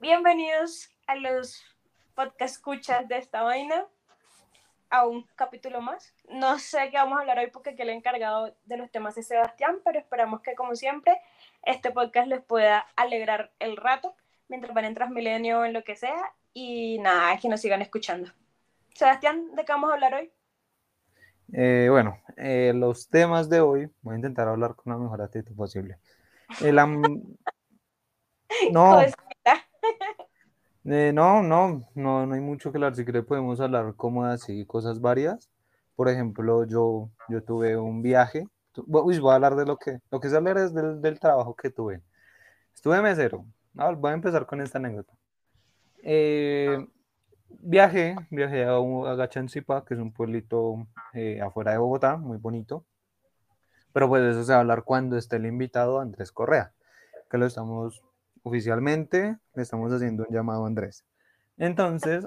Bienvenidos a los podcast escuchas de esta vaina, a un capítulo más. No sé qué vamos a hablar hoy porque aquí el encargado de los temas es Sebastián, pero esperamos que, como siempre, este podcast les pueda alegrar el rato mientras van en Transmilenio o en lo que sea. Y nada, que nos sigan escuchando. Sebastián, ¿de qué vamos a hablar hoy? Los temas de hoy, voy a intentar hablar con la mejor actitud posible. El am- no, Cosita. no hay mucho que hablar. Si quiere podemos hablar como así, cosas varias. Por ejemplo, yo tuve un viaje. Voy a hablar de lo que es hablar es del trabajo que tuve. Estuve mesero. Voy a empezar con esta anécdota. Eh, viajé a Gachanzipa, que es un pueblito afuera de Bogotá, muy bonito. Pero pues eso se va a hablar cuando esté el invitado Andrés Correa, que lo estamos oficialmente, le estamos haciendo un llamado a Andrés. Entonces,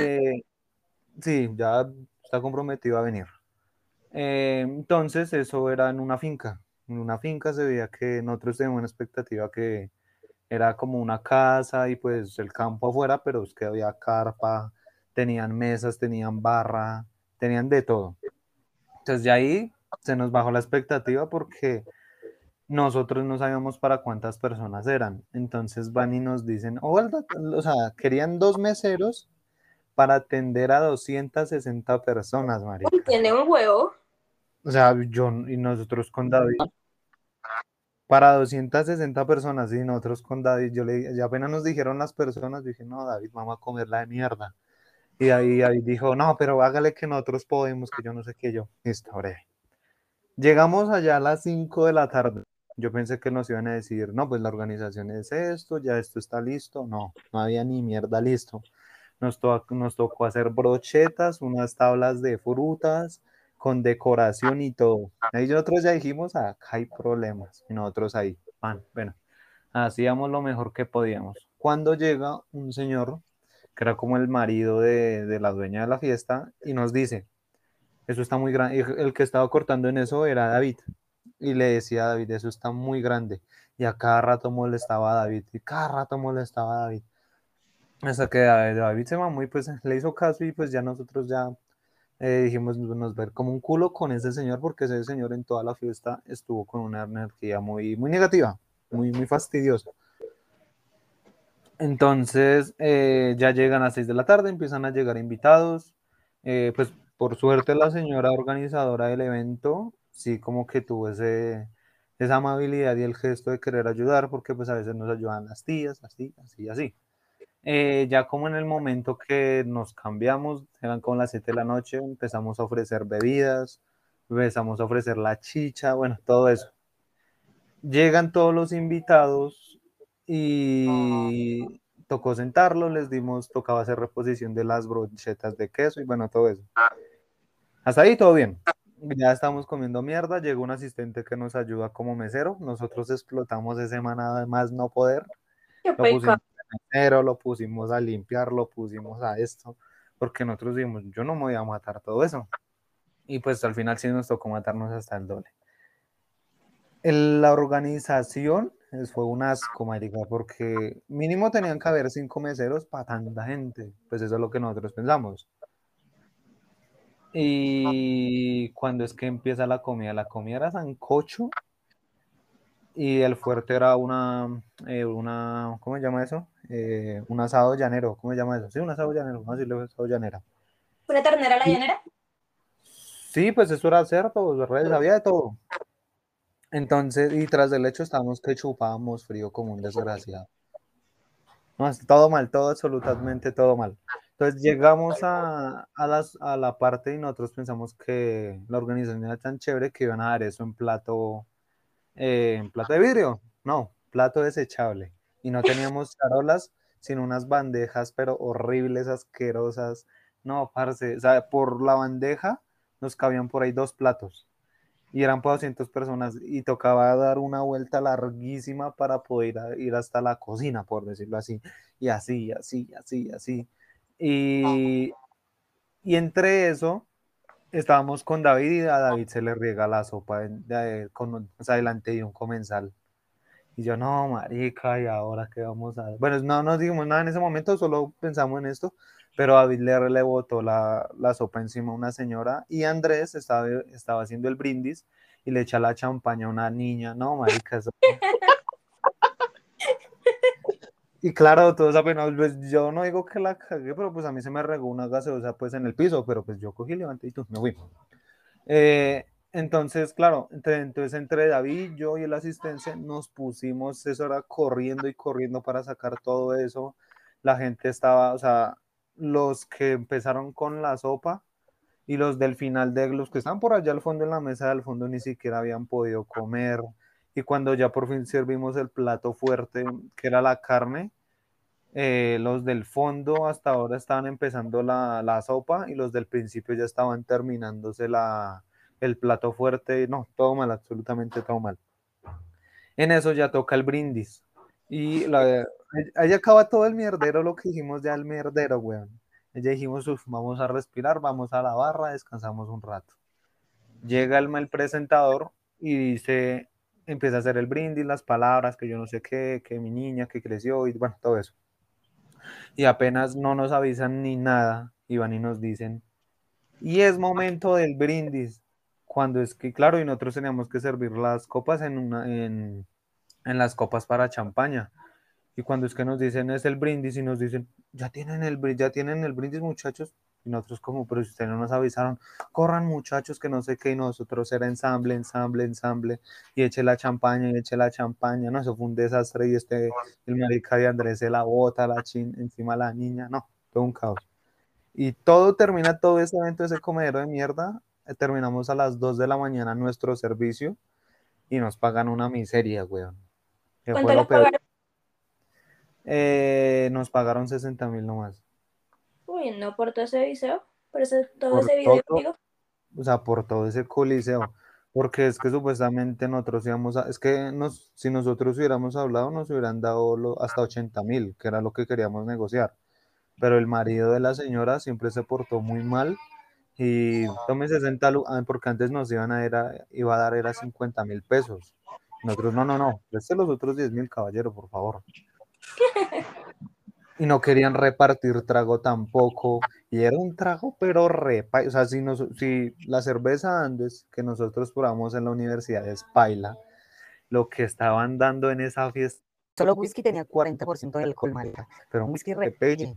sí, ya está comprometido a venir. Entonces, eso era en una finca. En una finca se veía que nosotros teníamos una expectativa que era como una casa y pues el campo afuera, pero es que había carpa, tenían mesas, tenían barra, tenían de todo. Entonces, de ahí se nos bajó la expectativa porque nosotros no sabíamos para cuántas personas eran. Entonces van y nos dicen, o sea, querían dos meseros para atender a 260 personas, marica. Tiene un huevo. O sea, y nosotros con David, para 260 personas, y nosotros con David, y apenas nos dijeron las personas, dije, no, David, vamos a comerla de mierda. Y ahí dijo, no, pero hágale que nosotros podemos, que yo no sé qué yo. Listo, breve. Llegamos allá a las 5 de la tarde. Yo pensé que nos iban a decir, no, pues la organización es esto, ya esto está listo. No, no había ni mierda listo. Nos tocó hacer brochetas, unas tablas de frutas, con decoración y todo. Ahí nosotros ya dijimos, acá hay problemas. Y nosotros ahí, bueno, hacíamos lo mejor que podíamos. Cuando llega un señor, que era como el marido de la dueña de la fiesta, y nos dice, eso está muy grande. El que estaba cortando en eso era David. Y le decía a David, eso está muy grande. Y a cada rato molestaba a David. Y cada rato molestaba a David. Hasta que David se mamó y pues le hizo caso y pues ya nosotros ya dijimos nos ver como un culo con ese señor porque ese señor en toda la fiesta estuvo con una energía muy negativa, muy fastidiosa. Entonces ya llegan a las 6 de la tarde, empiezan a llegar invitados. Pues por suerte la señora organizadora del evento sí como que tuvo esa amabilidad y el gesto de querer ayudar porque pues a veces nos ayudan las tías, así, así, así. Ya como en el momento que nos cambiamos, eran como las 7 de la noche, empezamos a ofrecer bebidas, empezamos a ofrecer la chicha, bueno, todo eso. Llegan todos los invitados y tocó sentarlos, tocaba hacer reposición de las brochetas de queso y bueno, todo eso. Hasta ahí todo bien. Ya estamos comiendo mierda, llegó un asistente que nos ayuda como mesero, nosotros explotamos ese manada de más no poder, Qué lo peco. pusimos de mesero, lo pusimos a limpiar, lo pusimos a esto, porque nosotros dijimos, yo no me voy a matar todo eso. Y pues al final sí nos tocó matarnos hasta el doble. La organización fue un asco, marica, porque mínimo tenían que haber 5 meseros para tanta gente. Pues eso es lo que nosotros pensamos. Y cuando es que empieza la comida era sancocho y el fuerte era ¿cómo se llama eso? Un asado llanero, ¿cómo se llama eso? Sí, un asado llanero, vamos a decirle asado llanera. ¿Una ternera a la Y llanera? sí, pues eso era cerdo, res, había de todo. Entonces, y tras del hecho estábamos que chupábamos frío como un desgraciado. No, todo mal, todo absolutamente todo mal. Entonces llegamos a la parte y nosotros pensamos que la organización era tan chévere que iban a dar eso en plato de vidrio. No, plato desechable. Y no teníamos charolas, sino unas bandejas, pero horribles, asquerosas. No, parce, o sea, por la bandeja nos cabían por ahí dos platos y eran para 200 personas y tocaba dar una vuelta larguísima para poder ir hasta la cocina, por decirlo así, y así, así, así, así. Y, y entre eso estábamos con David y a David se le riega la sopa o sea, delante de un comensal. Y yo, no, marica, ¿y ahora qué vamos a hacer? Bueno, no nos dijimos nada en ese momento, solo pensamos en esto, pero David le botó la sopa encima a una señora y Andrés estaba haciendo el brindis y le echa la champaña a una niña. No, marica, eso. Y claro, todos apenas, pues yo no digo que la cagué, pero pues a mí se me regó una gaseosa pues en el piso, pero pues yo cogí, levanté y tú, me fui. Entonces, claro, entre David, yo y el asistente nos pusimos eso era corriendo y corriendo para sacar todo eso. La gente estaba, o sea, los que empezaron con la sopa y los del final de los que están por allá al fondo en la mesa del fondo ni siquiera habían podido comer. Y cuando ya por fin servimos el plato fuerte, que era la carne, los del fondo hasta ahora estaban empezando la sopa y los del principio ya estaban terminándose el plato fuerte. No, todo mal, absolutamente todo mal. En eso ya toca el brindis. Y ahí acaba todo el mierdero, lo que dijimos ya el mierdero, weón. Ya dijimos, "Uf, vamos a respirar, vamos a la barra, descansamos un rato". Llega el presentador y dice, empieza a hacer el brindis, las palabras, que yo no sé qué, que mi niña, que creció y bueno, todo eso. Y apenas no nos avisan ni nada, y van y nos dicen, y es momento del brindis, cuando es que, claro, y nosotros teníamos que servir las copas en las copas para champaña, y cuando es que nos dicen es el brindis y nos dicen, ya tienen el brindis muchachos, y nosotros como, pero si ustedes no nos avisaron, corran muchachos que no sé qué, y nosotros era ensamble, ensamble, ensamble, y eche la champaña, y eche la champaña, no, eso fue un desastre, y el marica de Andrés se la bota, encima la niña, no, todo un caos. Y todo termina, todo ese evento, ese comedero de mierda, terminamos a las 2 de la mañana nuestro servicio, y nos pagan una miseria, weón, que fue ¿Cuánto lo les peor. pagaron? Nos pagaron 60.000 nomás. Uy, no por todo ese video, todo Por ese video, todo, digo. o sea, por todo ese coliseo. Porque es que supuestamente nosotros íbamos a, es que si nosotros hubiéramos hablado, nos hubieran dado hasta 80.000, que era lo que queríamos negociar. Pero el marido de la señora siempre se portó muy mal y tome 60, porque antes nos iba a dar era 50.000 pesos. Nosotros, no, no, no, preste los otros 10.000, caballero, por favor. Y no querían repartir trago tampoco, y era un trago pero o sea, si la cerveza Andes que nosotros probamos en la universidad es paila, lo que estaban dando en esa fiesta, solo whisky tenía 40% de alcohol, marica, pero un whisky repelle.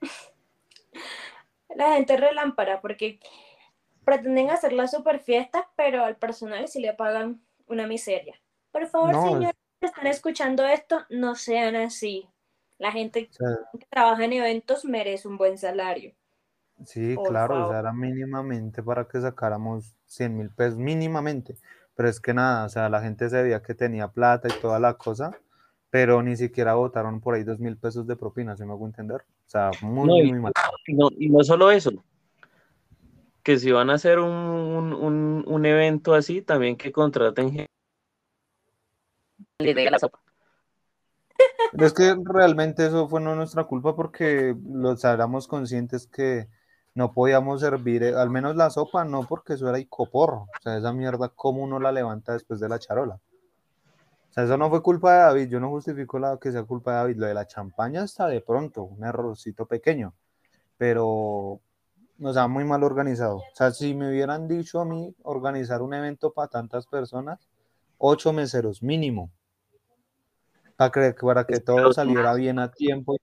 La gente relámpara porque pretenden hacer las super fiestas, pero al personal sí le pagan una miseria. Por favor, No, señores que están escuchando esto, no sean así. La gente o sea, que trabaja en eventos merece un buen salario. sí, Por claro, o favor. sea, era mínimamente para que sacáramos 100.000 pesos, mínimamente, pero es que nada, o sea, la gente se veía que tenía plata y toda la cosa, pero ni siquiera votaron por ahí 2.000 pesos de propina, ¿sí me hago entender? O sea, muy, No, muy, y muy mal. no, y no solo eso, que si van a hacer un evento así, también que contraten gente que les dé la sopa. Pero es que realmente eso fue no nuestra culpa porque los éramos conscientes que no podíamos servir, al menos la sopa, no porque eso era icoporro. O sea, esa mierda, ¿cómo uno la levanta después de la charola? O sea, eso no fue culpa de David, yo no justifico que sea culpa de David. Lo de la champaña está de pronto, un errorcito pequeño, pero, o sea, muy mal organizado. O sea, si me hubieran dicho a mí organizar un evento para tantas personas, 8 meseros mínimo, para que todo saliera bien a tiempo.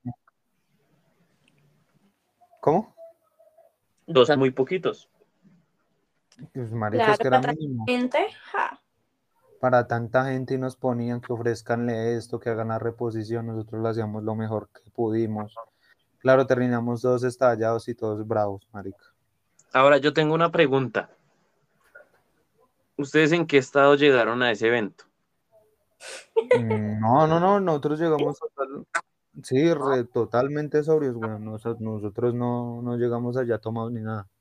¿Cómo? Dos son muy poquitos. Pues marica, es Claro, que era para tanta mínimo. gente, ja. Para tanta gente y nos ponían que ofrezcanle esto, que hagan la reposición, nosotros lo hacíamos lo mejor que pudimos. Claro, terminamos todos estallados y todos bravos, marica. Ahora yo tengo una pregunta. ¿Ustedes en qué estado llegaron a ese evento? No, no, no, nosotros llegamos sí, totalmente sobrios, güey. Nosotros no llegamos allá tomados ni nada.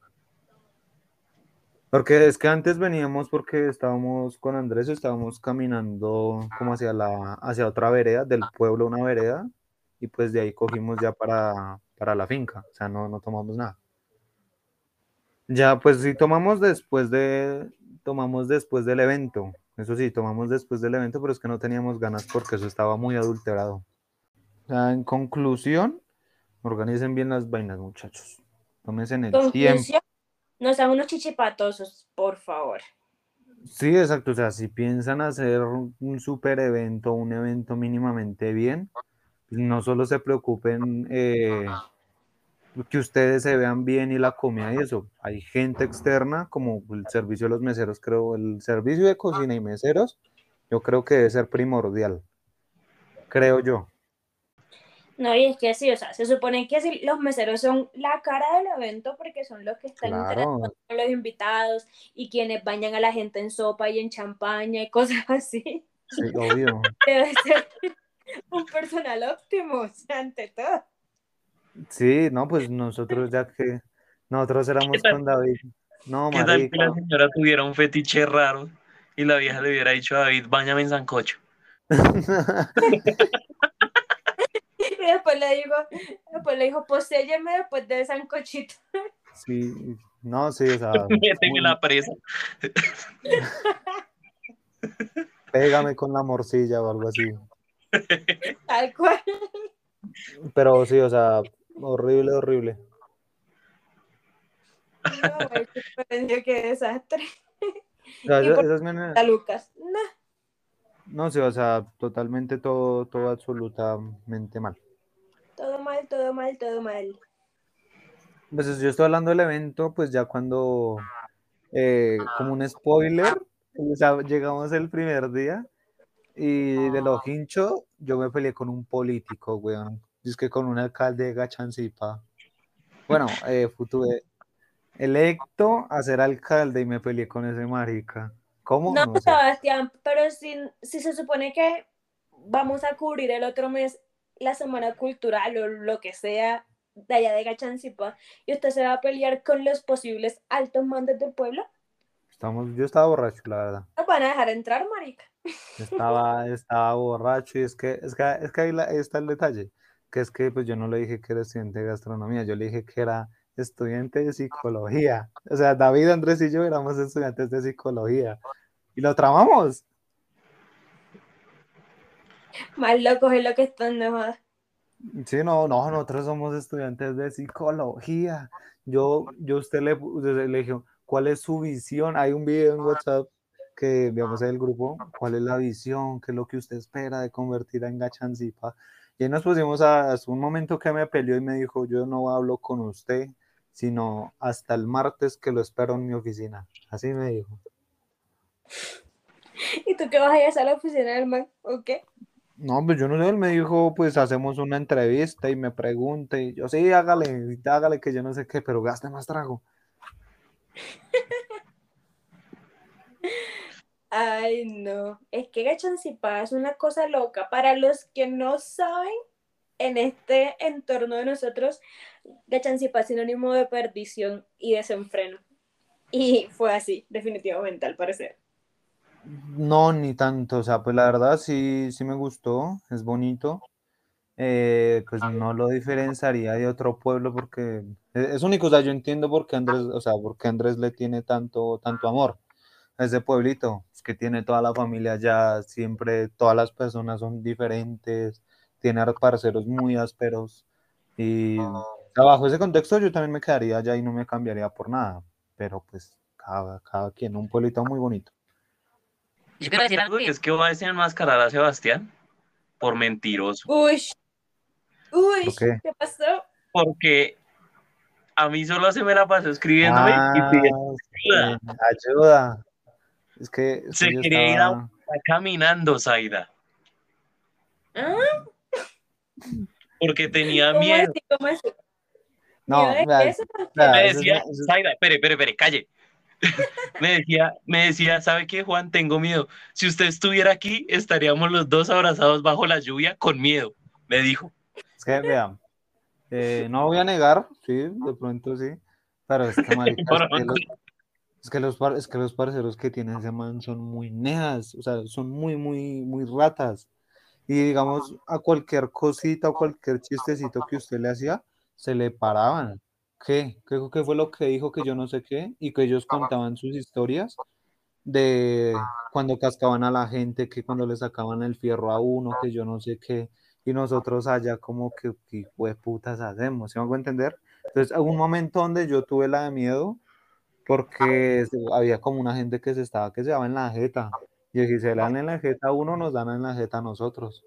Porque es que antes veníamos porque estábamos con Andrés, estábamos caminando como hacia otra vereda del pueblo, una vereda, y pues de ahí cogimos ya para la finca, o sea, no tomamos nada. Ya, pues sí tomamos después del evento, Eso sí, tomamos después del evento, pero es que no teníamos ganas porque eso estaba muy adulterado. O sea, en conclusión, organicen bien las vainas, muchachos. Tómense en el tiempo. Conclusión, no sean unos chichipatosos, por favor. Sí, exacto. O sea, si piensan hacer un super evento, un evento mínimamente bien, pues no solo se preocupen que ustedes se vean bien y la comida y eso. Hay gente externa, como el servicio de los meseros, creo, el servicio de cocina y meseros, yo creo que debe ser primordial, creo yo. No, y es que sí, o sea, se supone que sí, los meseros son la cara del evento porque son los que están interactuando Claro, con los invitados y quienes bañan a la gente en sopa y en champaña y cosas así. sí, obvio. Debe ser un personal óptimo, o sea, ante todo. Sí, no, pues nosotros ya que nosotros ¿Qué éramos tal, con David. No, qué tal que la marica. señora tuviera un fetiche raro y la vieja le hubiera dicho a David, báñame en sancocho? Y después le dijo, poséyeme después de sancochito. Sí, no, sí, o sea, Méteme la presa. pégame con la morcilla o algo así. Tal cual. Pero sí, o sea, horrible, horrible. No, güey, qué diferencia, qué desastre. O sea, Y por esas me... a Lucas, no, No sé, o sea, totalmente todo, todo absolutamente mal. todo mal, todo mal, todo mal. Pues yo estoy hablando del evento, pues ya cuando, como un spoiler, o sea, llegamos el primer día y de lo hincho, yo me peleé con un político, weón. Es que con un alcalde de Gachancipa. Bueno, fue electo a ser alcalde y me peleé con ese marica. ¿Cómo? No, No sé. Sebastián, pero si se supone que vamos a cubrir el otro mes la semana cultural o lo que sea de allá de Gachanzipa y usted se va a pelear con los posibles altos mandos del pueblo, Yo estaba borracho, la verdad. no van a dejar entrar, marica. Estaba borracho y es que ahí está el detalle, que es que pues yo no le dije que era estudiante de gastronomía, yo le dije que era estudiante de psicología. O sea, David, Andrés y yo éramos estudiantes de psicología y lo tramamos. Más locos es lo que están, no jodas. Sí, no, no, nosotros somos estudiantes de psicología. Yo a usted le dije, ¿cuál es su visión? Hay un video en WhatsApp que enviamos en el grupo, ¿cuál es la visión? ¿Qué es lo que usted espera de convertir a Engachancipa? Y ahí nos pusimos hasta un momento que me peleó y me dijo, yo no hablo con usted, sino hasta el martes que lo espero en mi oficina. Así me dijo. ¿Y tú qué vas a ir a hacer a la oficina del man? ¿O qué? No, pues yo no sé, él me dijo, pues hacemos una entrevista y me pregunta y yo, sí, hágale, hágale que yo no sé qué, pero gaste más trago. Ay, no. Es que Gachancipa es una cosa loca. Para los que no saben, en este entorno de nosotros, Gachancipa es sinónimo de perdición y desenfreno. Y fue así, definitivamente, al parecer. No, ni tanto, o sea, pues la verdad sí, sí me gustó, es bonito, pues no lo diferenciaría de otro pueblo porque es único, o sea, yo entiendo por qué Andrés, o sea, por qué Andrés le tiene tanto, tanto amor a ese pueblito, es que tiene toda la familia allá, siempre todas las personas son diferentes, tiene parceros muy ásperos y o sea, bajo ese contexto yo también me quedaría allá y no me cambiaría por nada, pero pues cada quien, un pueblito muy bonito. Yo quiero decir algo y es que voy a desenmascarar a Sebastián por mentiroso. Uy, uy, ¿Por qué? ¿qué pasó? Porque a mí solo se me la pasó escribiéndome y Ah, pidiendo sí, ayuda. ayuda. Es que Se yo quería ir a estaba. Bogotá caminando, Zaida, ¿Ah? porque tenía ¿Cómo miedo. así? ¿Cómo así? ¿Mío No, de vea, qué, Sebastián? Me vea, decía, Zaida, espere, calle. Me decía, ¿sabe qué, Juan? Tengo miedo. Si usted estuviera aquí, estaríamos los dos abrazados bajo la lluvia con miedo, me dijo. es que vea, no voy a negar, sí, de pronto sí, pero es que, marica, es que los parceros que tiene ese man son muy neas, o sea, son muy, muy, muy ratas. Y digamos, a cualquier cosita o cualquier chistecito que usted le hacía, se le paraban. ¿Qué? ¿Qué fue lo que dijo que yo no sé qué? Y que ellos contaban sus historias. de cuando cascaban a la gente, que cuando le sacaban el fierro a uno, que yo no sé qué, y nosotros allá como que, ¿qué hijo de putas hacemos? ¿Sí me hago entender? Entonces, hubo un momento donde yo tuve la de miedo, porque había como una gente que se daba en la jeta, y si se le dan en la jeta a uno, nos dan en la jeta a nosotros.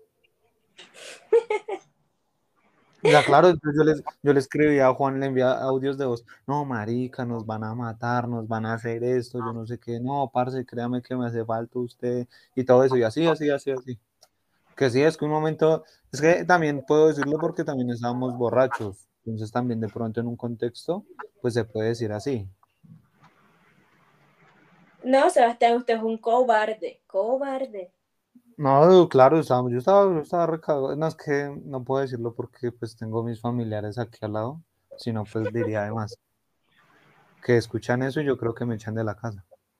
O sea, claro, entonces yo le escribía a Juan, le enviaba audios de voz, no, marica, nos van a matar, nos van a hacer esto, yo no sé qué, no, parce, créame que me hace falta usted, y todo eso, y así, así, así, así. Que sí, es que un momento, es que también puedo decirlo porque también estábamos borrachos, entonces también de pronto en un contexto, pues se puede decir así. No, Sebastián, usted es un cobarde, cobarde. No, claro, yo estaba recagado, no, es que no puedo decirlo porque pues tengo mis familiares aquí al lado, si no, pues diría además que escuchan eso y yo creo que me echan de la casa.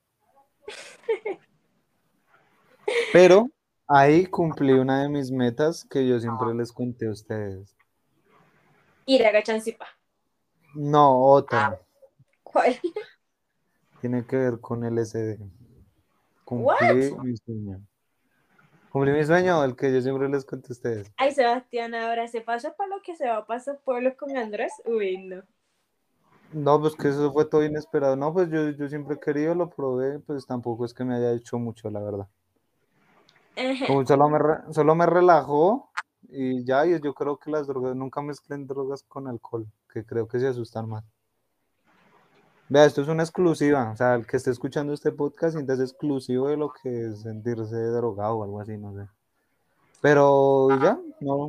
Pero ahí cumplí una de mis metas que yo siempre les conté a ustedes. Ir a Gachancipa. No, otra. ¿Cuál? Tiene que ver con el SD. ¿What? Cumplí mi sueño. Cumplí mi sueño, el que yo siempre les conté a ustedes. Ay, Sebastián, ahora se pasa para lo que se va a pasar pueblos con Andrés. Uy, no. No, pues que eso fue todo inesperado. No, pues yo siempre he querido, lo probé, pues tampoco es que me haya hecho mucho, la verdad. Ajá. Como solo me relajó y ya, y yo creo que las drogas, nunca mezclen drogas con alcohol, que creo que se asustan más. Vea, esto es una exclusiva, o sea, el que esté escuchando este podcast siente es exclusivo de lo que es sentirse drogado o algo así, no sé. Pero y ya, no,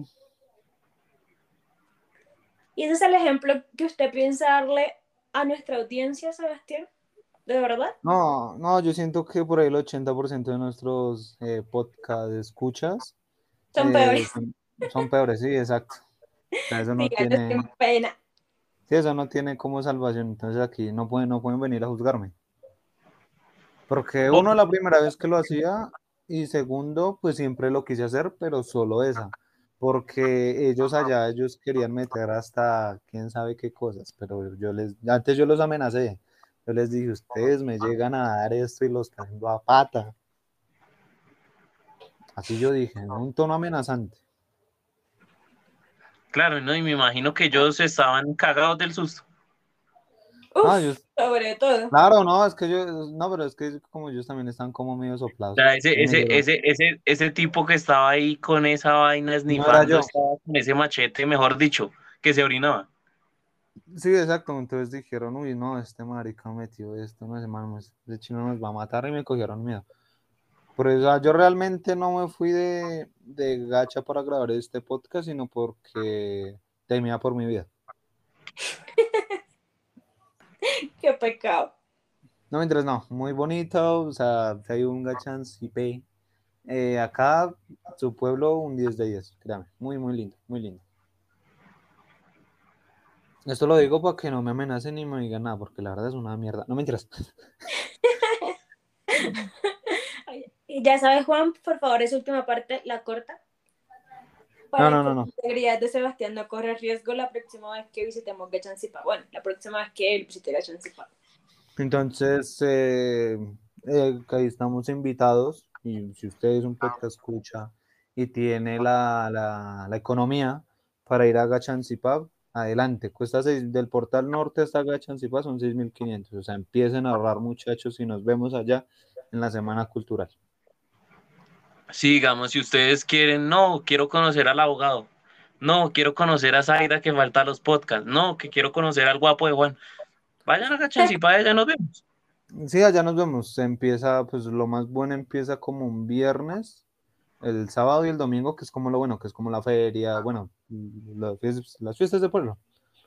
¿Y ese es el ejemplo que usted piensa darle a nuestra audiencia, Sebastián? ¿De verdad? no, no, yo siento que por ahí el 80% de nuestros podcast escuchas Son peores. son peores, sí, exacto. O sea, Díganlo sin pena. sí, eso no tiene como salvación, entonces aquí no pueden venir a juzgarme. Porque Vos, uno, la primera vez que lo hacía, y segundo, pues siempre lo quise hacer, pero solo esa. Porque ellos querían meter hasta quién sabe qué cosas, pero antes yo los amenacé. Yo les dije, ustedes me llegan a dar esto y los traigo a pata. Así yo dije, en un tono amenazante. claro, ¿no? Y me imagino que ellos estaban cagados del susto. No, Uf, sobre todo. claro, no, no, pero es que como ellos también están como medio O soplados. sea, Y me dijeron, ese tipo que estaba ahí con esa vaina no era esnifando, yo. estaba con ese machete, mejor dicho, que se orinaba. Sí, exacto. Entonces dijeron, uy, no, este marica metió esto, no, ese chino nos va a matar y me cogieron miedo. Por eso yo realmente no me fui de gacha para grabar este podcast, sino porque temía por mi vida. Qué pecado. No, mientras no, muy bonito, o sea, si hay un Gachancipe. Acá, su pueblo, un 10 de 10, créame, muy, muy lindo, muy lindo. Esto lo digo para que no me amenacen ni me digan nada, porque la verdad es una mierda. No me interesa. Y ya sabes, Juan, por favor, esa última parte la corta No, para no, que no, la no. integridad de Sebastián no corra riesgo la próxima vez que visitemos Gachancipa. Bueno, la próxima vez que él visite Gachancipa. Entonces, que ahí estamos invitados y si usted es un podcast escucha y tiene la economía para ir a Gachancipab, adelante. Del portal norte hasta Gachancipab son 6.500. O sea, empiecen a ahorrar muchachos y nos vemos allá en la Semana Cultural. Sí, digamos, si ustedes quieren, no, quiero conocer al abogado, no, quiero conocer a Zaira que falta a los podcasts, no, que quiero conocer al guapo de Juan, vayan a Gachancipá, ya nos vemos. Sí, allá nos vemos. Pues lo más bueno empieza como un viernes, el sábado y el domingo, que es como lo bueno, que es como la feria, bueno, las fiestas de pueblo.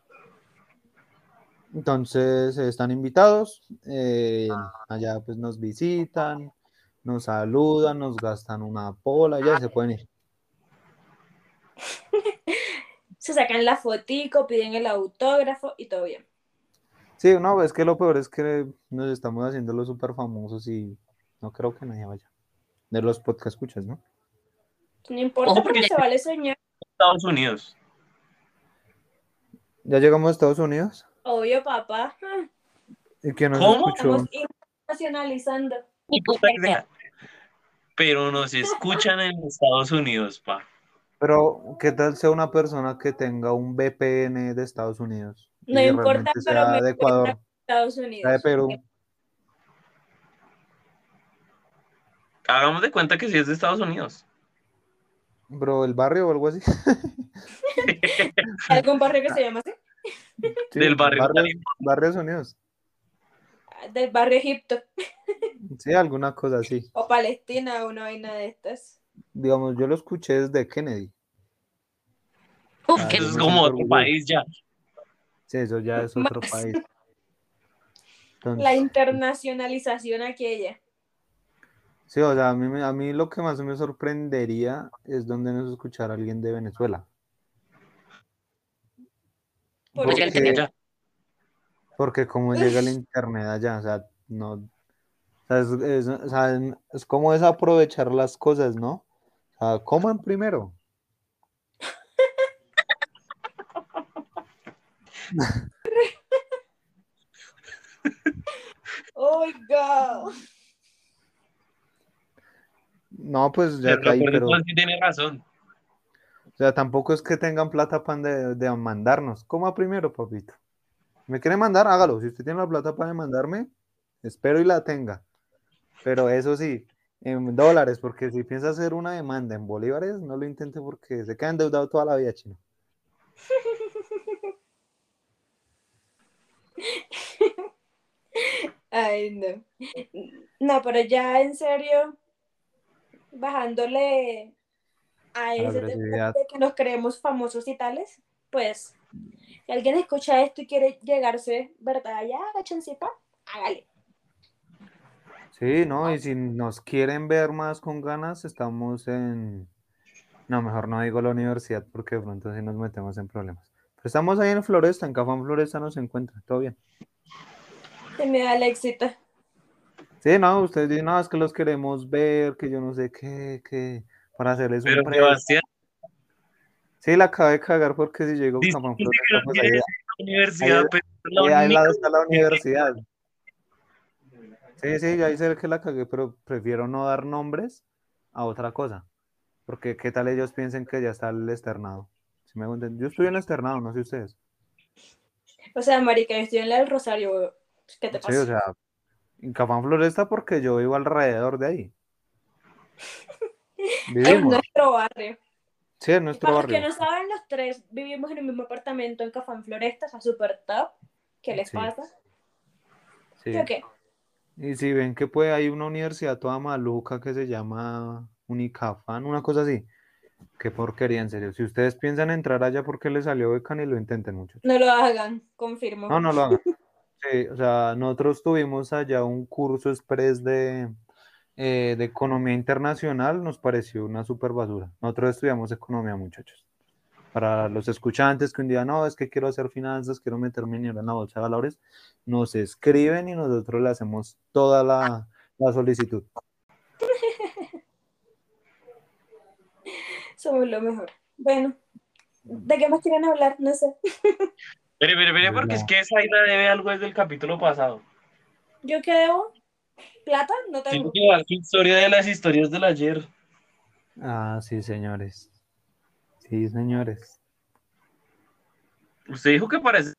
Entonces están invitados, allá pues nos visitan, nos saludan, nos gastan una pola, ya se pueden ir. Se sacan la fotico, piden el autógrafo y todo bien. Sí, no, es que lo peor es que nos estamos haciendo los súper famosos y no creo que nadie vaya. De los podcast escuchas, ¿no? No importa Ojo porque porque se vale soñar. Estados Unidos. Ya llegamos a Estados Unidos Obvio, papá. y que nos ¿Cómo? escuchó. Estamos internacionalizando. Ni puta idea. Pero nos escuchan en Estados Unidos, pa. Pero, ¿qué tal sea una persona que tenga un VPN de Estados Unidos No y importa, realmente pero me sea de cuenta Ecuador, Estados sea de Unidos. Perú? Hagamos de cuenta que sí es de Estados Unidos. Bro, el barrio o algo así. ¿Hay algún barrio que se llama así? Sí, Del barrio Barrios Unidos. Del barrio Egipto Sí, alguna cosa así. o Palestina o una vaina de estas. Digamos, yo lo escuché desde Kennedy. Uf, que Yo eso es me como siento otro orgulloso. país ya. Sí, eso ya es otro Más país. la Entonces, internacionalización aquella. sí, o sea, a mí lo que más me sorprendería es donde nos escuchara alguien de Venezuela. ¿Por Pues ya el tenía qué? Porque, ya. porque como llega el internet allá, o sea, no, o sea, o sea, es como desaprovechar las cosas, ¿no? O sea, coman primero. Oh my God. No, pues ya Pero lo caí, peor de pero, todo o es que tiene razón. sea, tampoco es que tengan plata para de mandarnos. Coma primero, papito. ¿Me quiere mandar? Hágalo. Si usted tiene la plata para mandarme, espero y la tenga. Pero eso sí, en dólares, porque si piensa hacer una demanda en bolívares, no lo intente porque se queda endeudado toda la vida, chino. Ay, no. No, pero ya en serio, bajándole a A la ese tema agresividad. de que nos creemos famosos y tales, pues, si alguien escucha esto y quiere llegarse, ¿verdad? Ya, la chancita, hágale. Sí, ¿no? Y si nos quieren ver más con ganas, estamos en... No, mejor no digo la universidad porque de pronto sí nos metemos en problemas. Pero estamos ahí en Floresta, en Cafán Floresta nos encuentra, todo bien. Se me da el éxito. Sí, no, ustedes dicen, no, es que los queremos ver, que yo no sé qué, que para hacerles un Pero precio. Sebastián, Sí, la acabé de cagar porque si llego a disculpe Cafán que Floresta, no pues quiere decir la universidad, pero es la ahí al única. lado está la universidad. Sí, sí, ya hice que la cagué, pero prefiero no dar nombres a otra cosa. Porque qué tal ellos piensen que ya está el externado. ¿Sí me hago entender? Yo estoy en externado, no sé ustedes. O sea, marica, yo estoy en la del Rosario, weón. ¿Qué te Sí, o pasa? sea, en Cafán Floresta porque yo vivo alrededor de ahí. Es Vivimos. nuestro barrio. Sí, en nuestro Para los que barrio. no saben, los tres vivimos en el mismo apartamento en Cafán Floresta, o sea, súper top. ¿Qué les Sí, pasa? ¿Sí o sí. qué? Y si ven que pues hay una universidad toda maluca que se llama Unicafán, una cosa así. Qué porquería, en serio. Si ustedes piensan entrar allá porque les salió beca, ni lo intenten, muchachos. No lo hagan, confirmo. No, no lo hagan. Sí, o sea, nosotros tuvimos allá un curso express de economía internacional, nos pareció una super basura. Nosotros estudiamos economía, muchachos. Para los escuchantes que un día no, es que quiero hacer finanzas, quiero meterme en la bolsa de valores, nos escriben y nosotros le hacemos toda la solicitud. Somos lo mejor. Bueno, ¿de qué más quieren hablar? No sé. Espere, De porque es la- que Zaira debe algo desde el capítulo pasado. ¿Yo qué debo? ¿Plata? No Tiene tengo. que dar su historia de las historias del ayer. Ah, sí, señores. Sí, señores. Usted dijo que parece.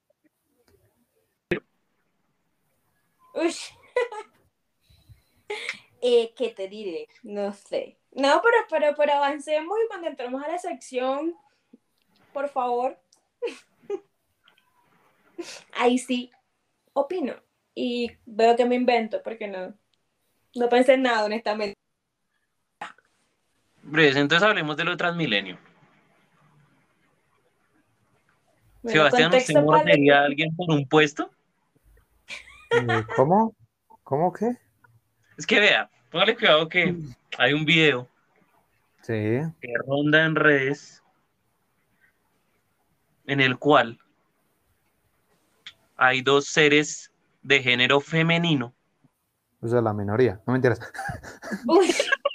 Uy, ¿qué te diré? No sé. No, pero avancemos y cuando entremos a la sección, por favor, ahí sí opino. Y veo que me invento, porque no pensé en nada, honestamente. Breves, entonces hablemos de lo de Transmilenio. Bueno, Sebastián, ¿usted contexto para mordería a alguien por un puesto? ¿Cómo? ¿Cómo qué? Es que vea, póngale cuidado que hay un video Sí, que ronda en redes en el cual hay dos seres de género femenino, o sea, la minoría, no me interesa. Uy,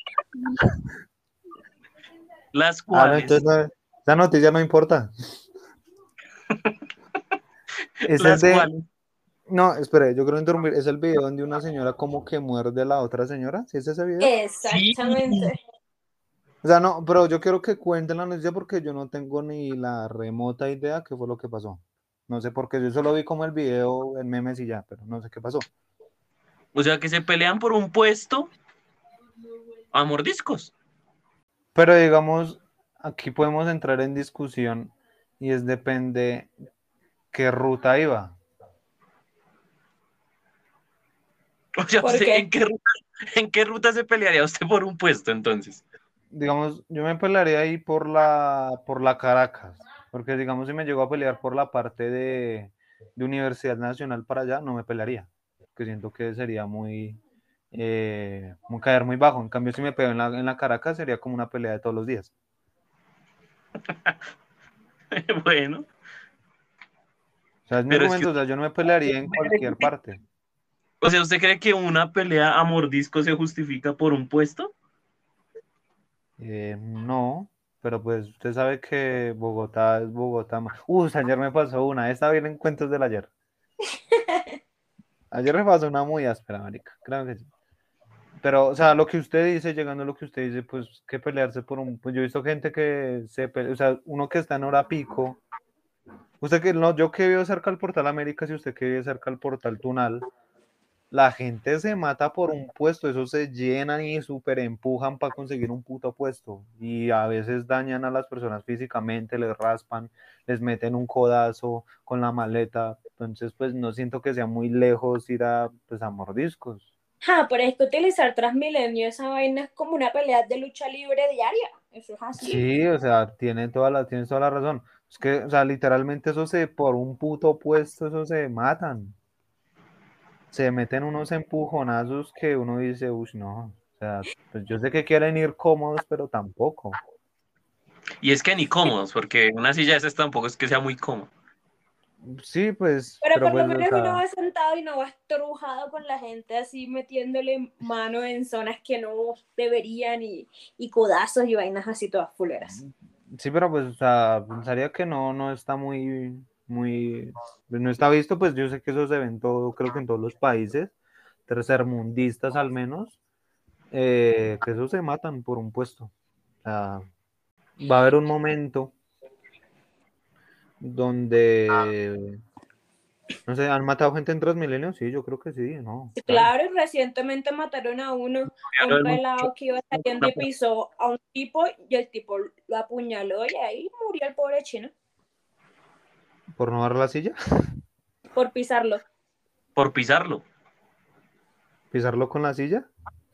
las Ah, no, cuales, entonces esa noticia no importa. Ese es las de, cuales No, espere, yo creo interrumpir. Es el video donde una señora como que muerde a la otra señora. ¿Sí es ese video? Sí, Exactamente. O sea, no, pero yo quiero que cuenten la noticia porque yo no tengo ni la remota idea qué fue lo que pasó. No sé por qué, yo solo vi como el video en memes y ya, pero no sé qué pasó. o sea que se pelean por un puesto a mordiscos. Pero digamos, aquí podemos entrar en discusión y es depende qué ruta iba. O sea, ¿Por ¿usted qué? en qué ruta se pelearía usted por un puesto entonces? Digamos, yo me pelearía ahí por la Caracas, porque digamos, si me llego a pelear por la parte de Universidad Nacional para allá, no me pelearía, que siento que sería muy caer muy bajo. En cambio, si me pego en la Caracas, sería como una pelea de todos los días. Bueno, O sea, es mi pero es que, argumento, o sea, yo no me pelearía en cualquier parte. o sea, ¿usted cree que una pelea a mordiscos se justifica por un puesto? No, pero pues usted sabe que Bogotá es Bogotá. Ayer me pasó una, esta bien en cuentos del ayer. Ayer me pasó una muy áspera, marica, creo que sí. Pero, o sea, lo que usted dice, llegando a lo que usted dice, pues que pelearse por un. Pues yo he visto gente que se pelea, o sea, uno que está en hora pico. Usted que no, yo que vivo cerca al Portal América, si usted que vive cerca al Portal Tunal, la gente se mata por un puesto, eso se llenan y súper empujan para conseguir un puto puesto. Y a veces dañan a las personas físicamente, les raspan, les meten un codazo con la maleta. Entonces, pues no siento que sea muy lejos ir a mordiscos. Pero es que utilizar Transmilenio, esa vaina es como una pelea de lucha libre diaria. Eso es así. Sí, o sea, tienes toda la razón. Es que, o sea, literalmente por un puto puesto, eso se matan. Se meten unos empujonazos que uno dice, uy, no. O sea, pues yo sé que quieren ir cómodos, pero tampoco. Y es que ni cómodos, porque una silla de esas tampoco es que sea muy cómoda. Sí, pues, Pero pero por lo pues, o menos uno sea, va sentado y no va estrujado con la gente así metiéndole mano en zonas que no deberían y codazos y vainas así todas fuleras. sí, pero pues, o sea, pensaría que no está pues, no está visto, pues yo sé que eso se ve en todo, creo que en todos los países, tercermundistas al menos, que eso se matan por un puesto. O sea, va a haber un momento donde, no sé, ¿han matado gente en Transmilenio? Sí, yo creo que sí, ¿no? Y Claro. claro, y recientemente mataron a uno, a un Claro, es mucho. pelado que iba saliendo y pisó a un tipo y el tipo lo apuñaló y ahí murió el pobre chino ¿Por no dar la silla? por pisarlo. Por pisarlo. ¿Pisarlo con la silla?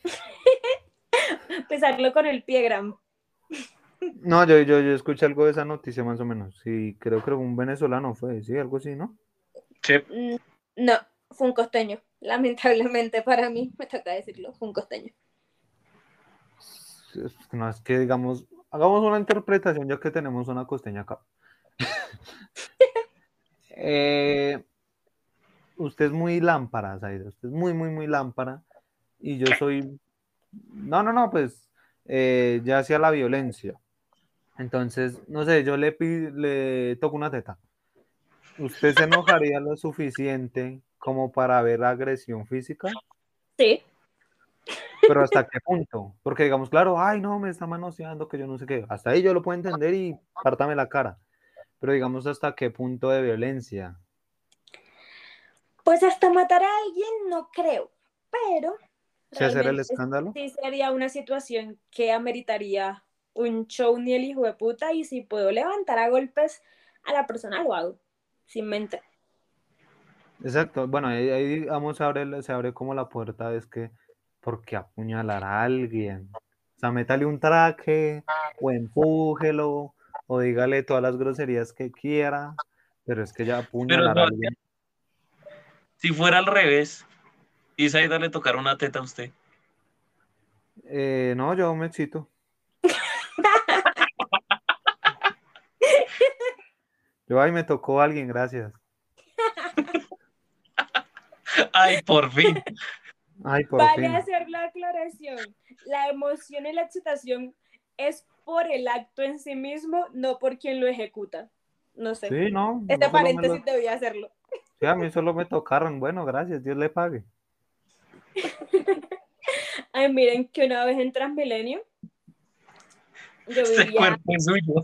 Pisarlo con el pie, Gram. No, yo escuché algo de esa noticia más o menos. Sí, creo que un venezolano fue, sí, algo así, ¿no? Sí. No, fue un costeño. Lamentablemente para mí, me toca decirlo, fue un costeño. No, es que digamos, hagamos una interpretación ya que tenemos una costeña acá. Eh, Usted es muy lámpara, Zaida, usted es muy, muy, muy lámpara. Y yo soy, no, pues ya hacia la violencia. Entonces, no sé, yo le toco una teta. ¿Usted se enojaría lo suficiente como para ver agresión física? Sí. Pero ¿hasta qué punto? Porque digamos, claro, ay, no, me está manoseando, que yo no sé qué. Hasta ahí yo lo puedo entender y pártame la cara. Pero digamos, ¿hasta qué punto de violencia? Pues hasta matar a alguien no creo, pero ¿Se hacer el realmente escándalo? sí sería una situación que ameritaría un show ni el hijo de puta y si puedo levantar a golpes a la persona lo hago, sin mente. Exacto. Bueno, ahí vamos se abre como la puerta, es que, ¿por qué apuñalar a alguien? O sea, métale un traque, o empújelo, o dígale todas las groserías que quiera, pero es que ya Pero apuñalar a alguien. si fuera al revés, y Zaida le tocara una teta a usted. No, yo me excito. Yo, ay, me tocó alguien, gracias. Ay, por fin. Ay, por Vale fin. hacer la aclaración. La emoción y la excitación es por el acto en sí mismo, no por quien lo ejecuta. No sé. Sí, no, Este solo me paréntesis debía hacerlo. Sí, a mí solo me tocaron. Bueno, gracias, Dios le pague. Ay, miren que una vez en Transmilenio, yo Ese vivía, cuerpo es suyo.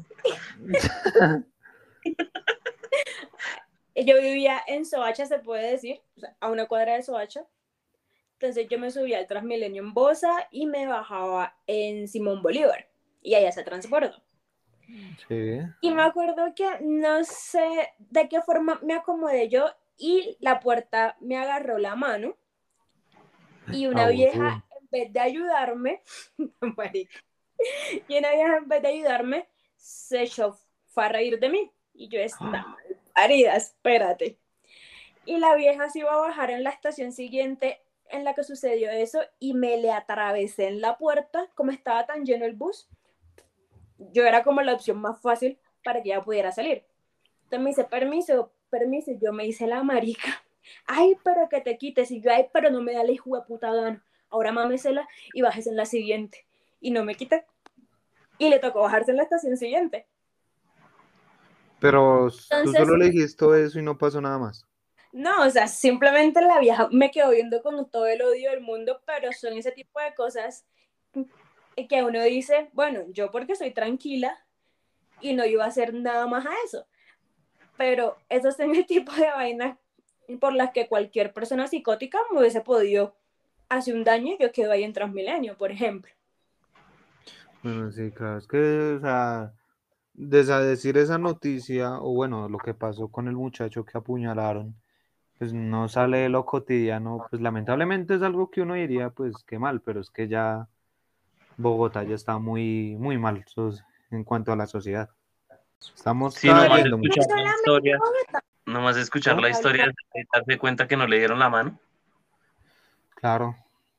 yo vivía en Soacha, se puede decir, o sea, a una cuadra de Soacha. Entonces yo me subía al Transmilenio en Bosa y me bajaba en Simón Bolívar. Y allá se transbordo. Sí. Y me acuerdo que no sé de qué forma me acomodé yo y la puerta me agarró la mano y una vieja, Abuso. en vez de ayudarme, marica, y una vieja en vez de ayudarme, se echó, fue a reír de mí. Y yo, está mal parida, espérate. Y la vieja se iba a bajar en la estación siguiente en la que sucedió eso y me le atravesé en la puerta, como estaba tan lleno el bus, yo era como la opción más fácil para que ella pudiera salir. Entonces me dice, permiso, permiso, yo me hice la marica. Ay, pero que te quites. Y yo, ay, pero no me da la hijo de puta gana. Ahora mámesela y bájese en la siguiente. Y no me quité. Y le tocó bajarse en la estación siguiente. Pero tú Entonces, solo le dijiste eso y no pasó nada más. no, o sea, simplemente la vieja me quedó viendo con todo el odio del mundo, pero son ese tipo de cosas que uno dice, bueno, yo porque soy tranquila y no iba a hacer nada más a eso. Pero esos son el tipo de vainas por las que cualquier persona psicótica me hubiese podido hacer un daño y yo quedo ahí en Transmilenio, por ejemplo. Bueno, sí, claro, es que, o sea, decir esa noticia, o bueno, lo que pasó con el muchacho que apuñalaron, pues no sale de lo cotidiano, pues lamentablemente es algo que uno diría, pues qué mal, pero es que ya Bogotá ya está muy, muy mal en cuanto a la sociedad. Estamos Sí, nomás cayendo, No escuchar muchachos. la solamente historia, Bogotá, nomás escuchar ¿Cómo? la historia, de darse cuenta que no le dieron la mano. Claro.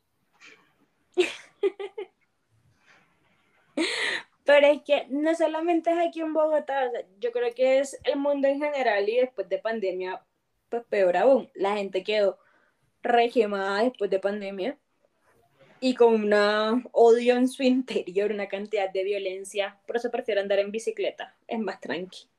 pero es que no solamente es aquí en Bogotá, o sea, yo creo que es el mundo en general y después de pandemia, pues peor aún, la gente quedó regemada después de pandemia y con una odio en su interior, una cantidad de violencia, por eso prefiero andar en bicicleta, es más tranqui.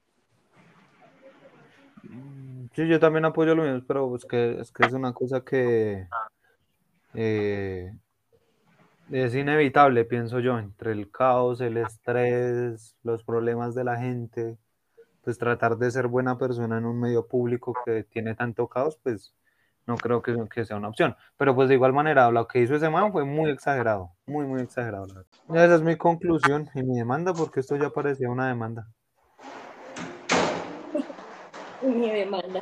Sí, yo también apoyo lo mismo, pero es que es una cosa que eh, es inevitable, pienso yo, entre el caos, el estrés, los problemas de la gente, pues tratar de ser buena persona en un medio público que tiene tanto caos, pues no creo que sea una opción. Pero pues de igual manera, lo que hizo ese man fue muy exagerado, muy, muy exagerado, la verdad. Esa es mi conclusión y mi demanda, porque esto ya parecía una demanda. Mi demanda.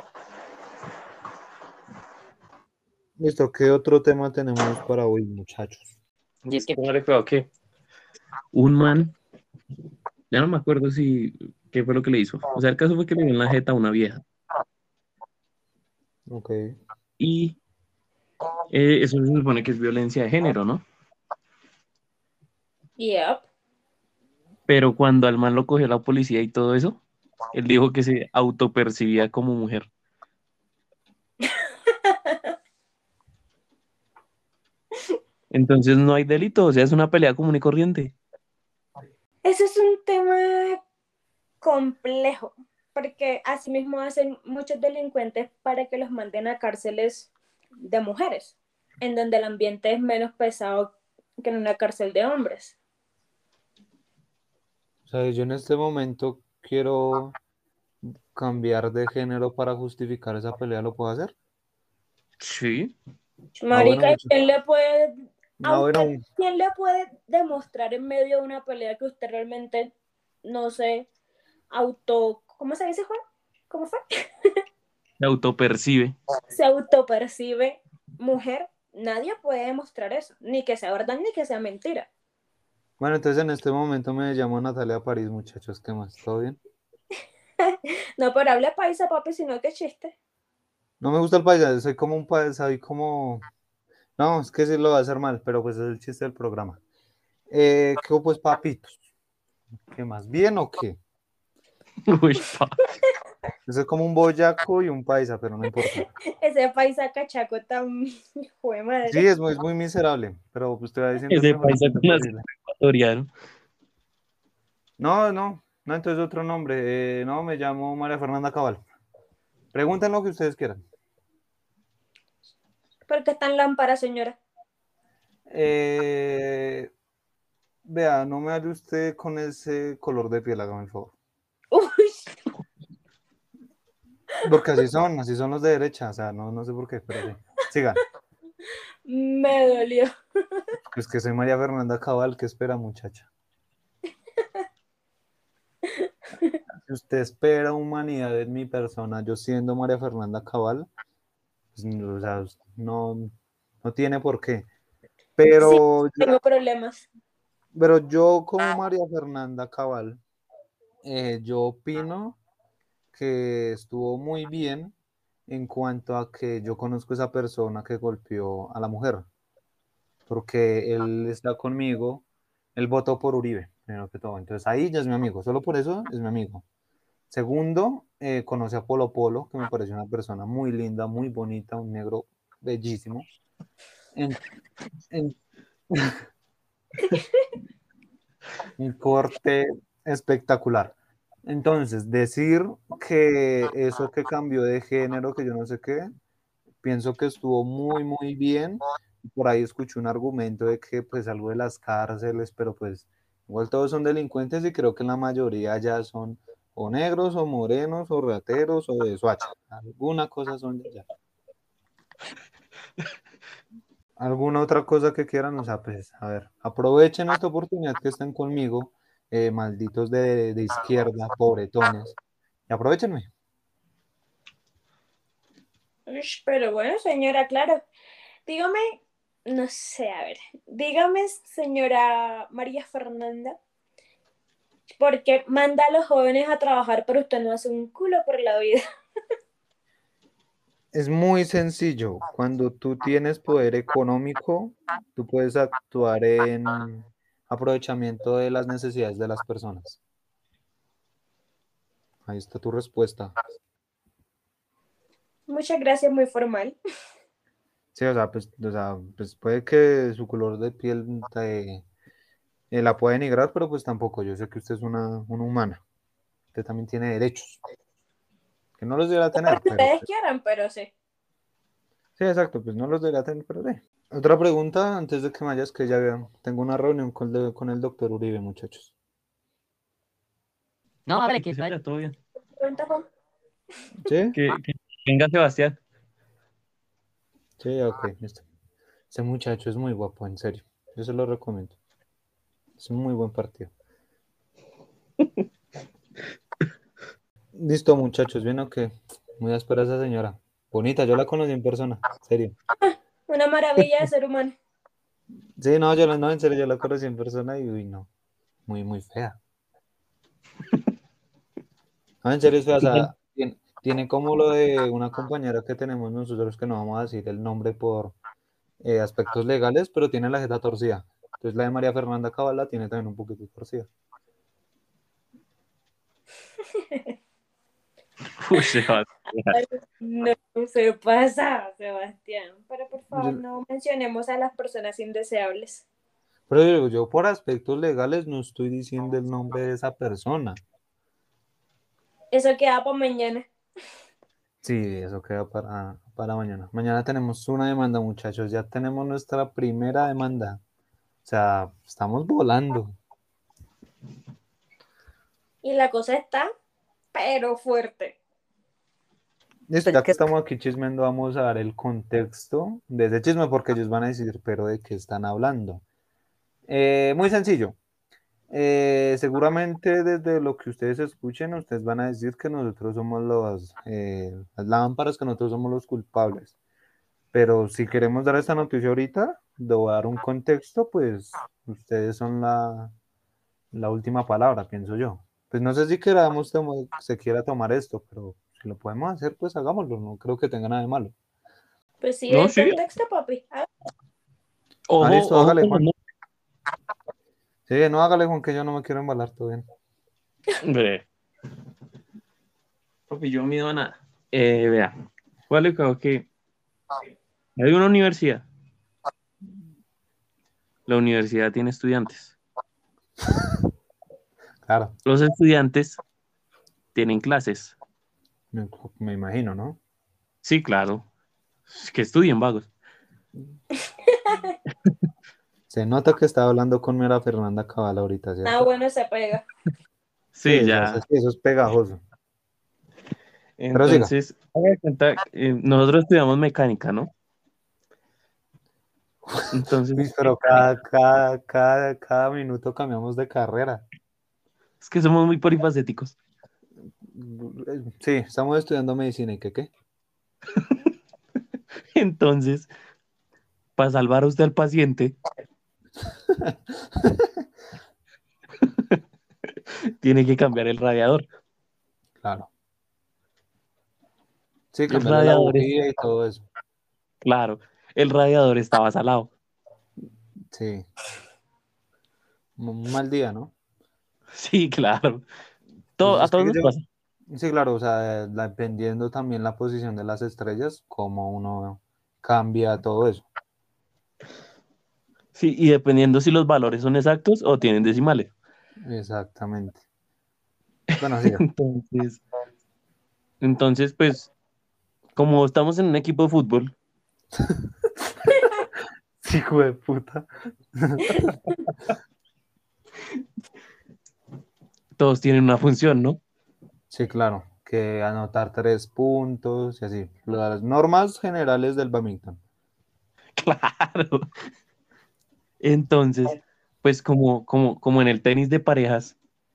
Listo, ¿qué otro tema tenemos para hoy, muchachos? Y es que póngale cuidado que un man, ya no me acuerdo si qué fue lo que le hizo. O sea, el caso fue que le dio en la jeta a una vieja. Ok. Y eso se supone que es violencia de género, ¿no? Yep. Pero cuando al man lo cogió la policía y todo eso, él dijo que se autopercibía como mujer. Entonces no hay delito, o sea, es una pelea común y corriente. Ese es un tema complejo, porque así mismo hacen muchos delincuentes para que los manden a cárceles de mujeres, en donde el ambiente es menos pesado que en una cárcel de hombres. O sea, yo en este momento quiero cambiar de género para justificar esa pelea, ¿lo puedo hacer? Sí. Ah, bueno, Marica, mucho. a Ah, bueno, usted, quién le puede demostrar en medio de una pelea que usted realmente no se ¿cómo se dice, Juan? ¿Cómo fue? Se autopercibe. Se autopercibe mujer? Nadie puede demostrar eso, ni que sea verdad ni que sea mentira. bueno, entonces en este momento me llamo Natalia París, muchachos, ¿qué más? ¿Todo bien? No, pero hable paisa, papi, sino que chiste. No me gusta el paisaje, soy como un paisa, soy como... No, es que sí lo va a hacer mal, pero pues es el chiste del programa. ¿Qué pues, papitos? ¿Qué más? ¿Bien o qué? Uy, pa. Eso es como un boyaco y un paisa, pero no importa. Ese paisa cachaco tan jue Sí, madre. es muy miserable, pero pues te va diciendo el Ese mejor paisa chiste con acento posible. ecuatoriano. No, entonces otro nombre. No, me llamo María Fernanda Cabal. Pregunten lo que ustedes quieran. ¿Por qué tan lámpara, señora? Vea, no me hable usted con ese color de piel, hágame el favor. Uy, Porque así son los de derecha, o sea, no sé por qué, pero sí. Sigan. me dolió. Es que soy María Fernanda Cabal, ¿qué espera, muchacha? Si usted espera humanidad en mi persona, yo siendo María Fernanda Cabal, pues, o sea, no tiene por qué. Sí, Pero, tengo problemas. pero yo como María Fernanda Cabal, yo opino que estuvo muy bien en cuanto a que yo conozco a esa persona que golpeó a la mujer, porque él está conmigo, él votó por Uribe, primero que todo, entonces ahí ya es mi amigo, solo por eso es mi amigo. Segundo, conocí a Polo Polo, que me pareció una persona muy linda, muy bonita, un negro bellísimo, en, en un corte espectacular. Entonces, decir que eso que cambió de género, que yo no sé qué, pienso que estuvo muy bien. Por ahí escuché un argumento de que pues algo de las cárceles, pero pues igual todos son delincuentes y creo que la mayoría ya son o negros o morenos o rateros o de Soacha. Alguna cosa son de allá. ¿Alguna otra cosa que quieran? O sea, pues a ver, aprovechen esta oportunidad que estén conmigo, malditos de izquierda, pobretones, y aprovechenme. Ush, pero bueno, señora, claro. Dígame, no sé, a ver, dígame, señora María Fernanda, ¿por qué manda a los jóvenes a trabajar, pero usted no hace un culo por la vida? Es muy sencillo. Cuando tú tienes poder económico, tú puedes actuar en aprovechamiento de las necesidades de las personas. Ahí está tu respuesta. Muchas gracias, muy formal. Sí, o sea, pues puede que su color de piel la pueda denigrar, pero pues tampoco. Yo sé que usted es una humana. Usted también tiene derechos, que no los deberá tener, Porque pero ustedes pues, quieran, pero sí. sí, exacto, pues no los deberá tener, pero sí. Otra pregunta antes de que me vayas, que ya vean. Tengo una reunión con el doctor Uribe, muchachos. No, hágale que vaya, todo bien. Pregunta, Juan. ¿Sí? Que venga Sebastián. Sí, ok, listo. Ese muchacho es muy guapo, en serio. Yo se lo recomiendo. Es un muy buen partido. Listo, muchachos, ¿bien o qué? Muy áspera esa señora. Bonita, yo la conocí en persona, en serio. Una maravilla de ser humano. Sí, no, no, en serio, yo la conocí en persona y uy, no. Muy fea. No, en serio es fea, o sea, tiene como lo de una compañera que tenemos nosotros que no vamos a decir el nombre por aspectos legales, pero tiene la jeta torcida. Entonces la de María Fernanda Cabala tiene también un poquito torcida. Uy, Sebastián. Ay, no se pasa, Sebastián. Pero por favor, Yo- no mencionemos a las personas indeseables. pero digo, yo por aspectos legales no estoy diciendo el nombre de esa persona. Eso queda para mañana. Sí, eso queda para mañana. Mañana tenemos una demanda, muchachos. Ya tenemos nuestra primera demanda. O sea, estamos volando. Y la cosa está, pero fuerte. Listo, ya que estamos aquí chismeando, vamos a dar el contexto de ese chisme porque ellos van a decir, pero ¿de qué están hablando? Muy sencillo. Seguramente desde lo que ustedes escuchen, ustedes van a decir que nosotros somos las lámparas, que nosotros somos los culpables. Pero si queremos dar esta noticia ahorita, de dar un contexto, pues ustedes son la última palabra, pienso yo. Pues no sé si se quiera tomar esto, pero si lo podemos hacer, pues hagámoslo. No creo que tenga nada de malo. Pues sí, No, el sí. contexto, papi. Ah, Ah, Ojo, listo, ojo hágale, con los Juan. Sí, no, hágale, Juan, que yo no me quiero embalar, todo bien. nombres. Papi, yo mido a nada. Vea, ¿cuál es que hay una universidad? La universidad tiene estudiantes. Claro. Los estudiantes tienen clases. Me imagino, ¿no? Sí, claro. Es que estudien vagos. Se nota que estaba hablando con Mera Fernanda Cabal ahorita, Ah, ¿cierto? bueno, se pega. Sí, Sí, eso, ya. sí, eso es pegajoso. Pero siga. Entonces, haga de cuenta, nosotros estudiamos mecánica, ¿no? Entonces, Uy, pero cada minuto cambiamos de carrera. es que somos muy polifacéticos. Sí, estamos estudiando medicina y qué. Entonces, para salvar a usted al paciente, tiene que cambiar el radiador. Claro. Sí, El cambiarle la radiador es, bujía y todo eso. claro, el radiador estaba salado. Sí, un mal día, ¿no? Sí, claro. Pues A es que todos nos yo, pasa. sí, claro, o sea, dependiendo también la posición de las estrellas, cómo uno cambia todo eso. Sí, y dependiendo si los valores son exactos o tienen decimales. Exactamente. Bueno, sí. Entonces, entonces, pues, como estamos en un equipo de fútbol, Sí, hijo de puta. todos tienen una función, ¿no? Sí, claro, que anotar 3 puntos y así. Las normas generales del badminton. Claro. Entonces, pues como en el tenis de parejas,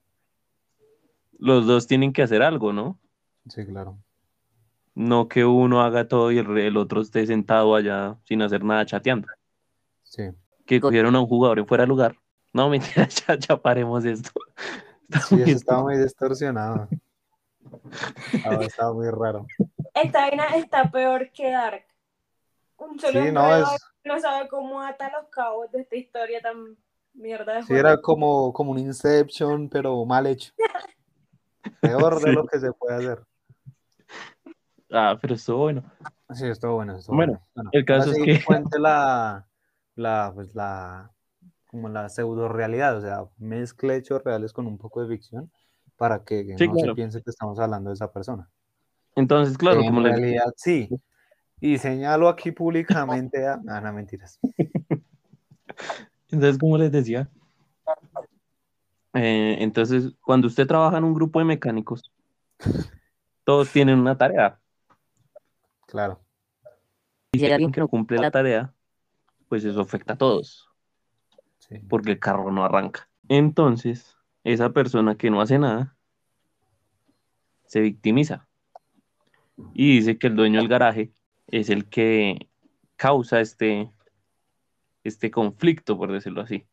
los dos tienen que hacer algo, ¿no? Sí, claro. No que uno haga todo y el otro esté sentado allá sin hacer nada chateando. Sí. Que cogieron a un jugador en fuera de lugar. No, mentira, ya paremos esto. Está Sí, muy eso estaba muy estúpido. distorsionado. Estaba muy raro. Esta vaina está peor que Dark. Un solo Sí, no, enredo no sabe cómo ata los cabos de esta historia tan mierda de sí era juego. como un Inception, pero mal hecho. Peor de Sí. lo que se puede hacer. Ah, pero estuvo bueno. Sí, estuvo bueno, estuvo Bueno, bueno. Bueno, el ahora caso es sí que, cuente pues como la pseudo realidad, o sea, mezcle hechos reales con un poco de ficción para que sí, no se claro. piense que estamos hablando de esa persona. Entonces, claro, En como les realidad sí. Y señalo aquí públicamente a... No, no, mentiras. entonces, como les decía, entonces, cuando usted trabaja en un grupo de mecánicos, todos tienen una tarea. Claro, Y si hay alguien que no cumple la tarea, pues eso afecta a todos, sí. porque el carro no arranca. Entonces, esa persona que no hace nada se victimiza y dice que el dueño del garaje es el que causa este conflicto, por decirlo así.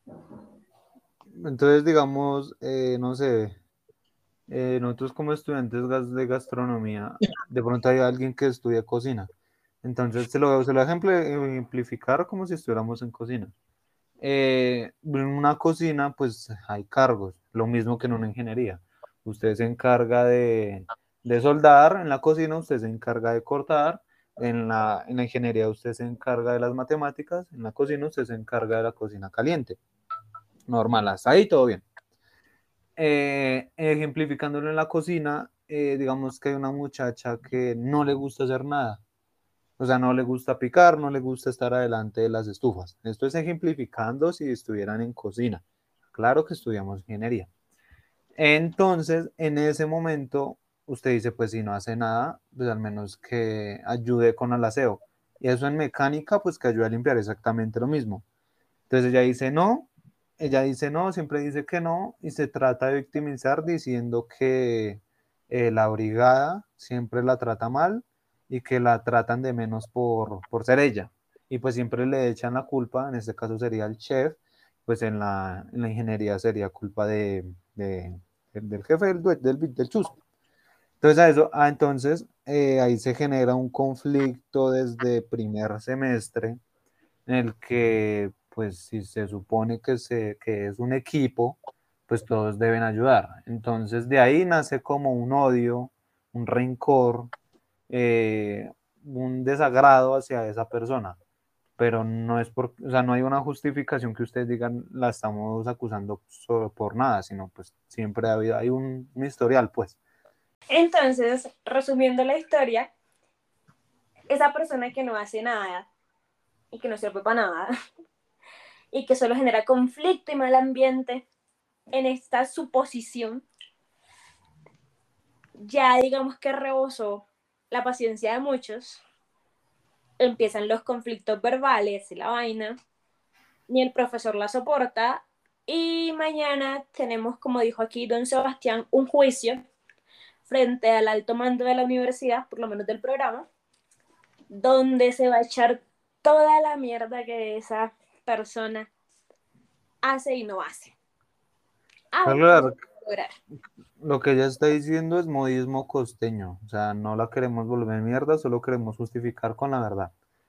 Entonces, digamos, no sé, nosotros como estudiantes de gastronomía, de pronto hay alguien que estudia cocina. Entonces, se lo voy a ejemplificar como si estuviéramos en cocina. En una cocina, pues hay cargos, lo mismo que en una ingeniería. Usted se encarga de soldar, en la cocina usted se encarga de cortar, en la ingeniería usted se encarga de las matemáticas, en la cocina usted se encarga de la cocina caliente. Normal, hasta ahí todo bien. Ejemplificándolo en la cocina, digamos que hay una muchacha que no le gusta hacer nada. O sea, no le gusta picar, no le gusta estar adelante de las estufas. Esto es ejemplificando si estuvieran en cocina. Claro que estudiamos ingeniería. Entonces, en ese momento, usted dice, pues si no hace nada, pues al menos que ayude con el aseo. Y eso en mecánica, pues que ayude a limpiar exactamente lo mismo. Entonces ella dice no, siempre dice que no, y se trata de victimizar diciendo que la brigada siempre la trata mal y que la tratan de menos por ser ella. Y pues siempre le echan la culpa, en este caso sería el chef, pues en la ingeniería sería culpa del jefe del chusco. Entonces, ahí se genera un conflicto desde primer semestre en el que, pues, si se supone que es un equipo, pues todos deben ayudar. Entonces, de ahí nace como un odio, un rencor, eh, un desagrado hacia esa persona. Pero no es o sea, no hay una justificación que ustedes digan la estamos acusando solo por nada, sino pues siempre ha habido, hay un historial, pues. Entonces, resumiendo la historia, esa persona que no hace nada y que no sirve para nada y que solo genera conflicto y mal ambiente en esta suposición, ya digamos que rebosó la paciencia de muchos, empiezan los conflictos verbales y la vaina, ni el profesor la soporta, y mañana tenemos, como dijo aquí don Sebastián, un juicio frente al alto mando de la universidad, por lo menos del programa, donde se va a echar toda la mierda que esa persona hace y no hace. A ver qué se Claro, puede lograr. lo que ella está diciendo es modismo costeño, o sea, no la queremos volver mierda, solo queremos justificar con la verdad.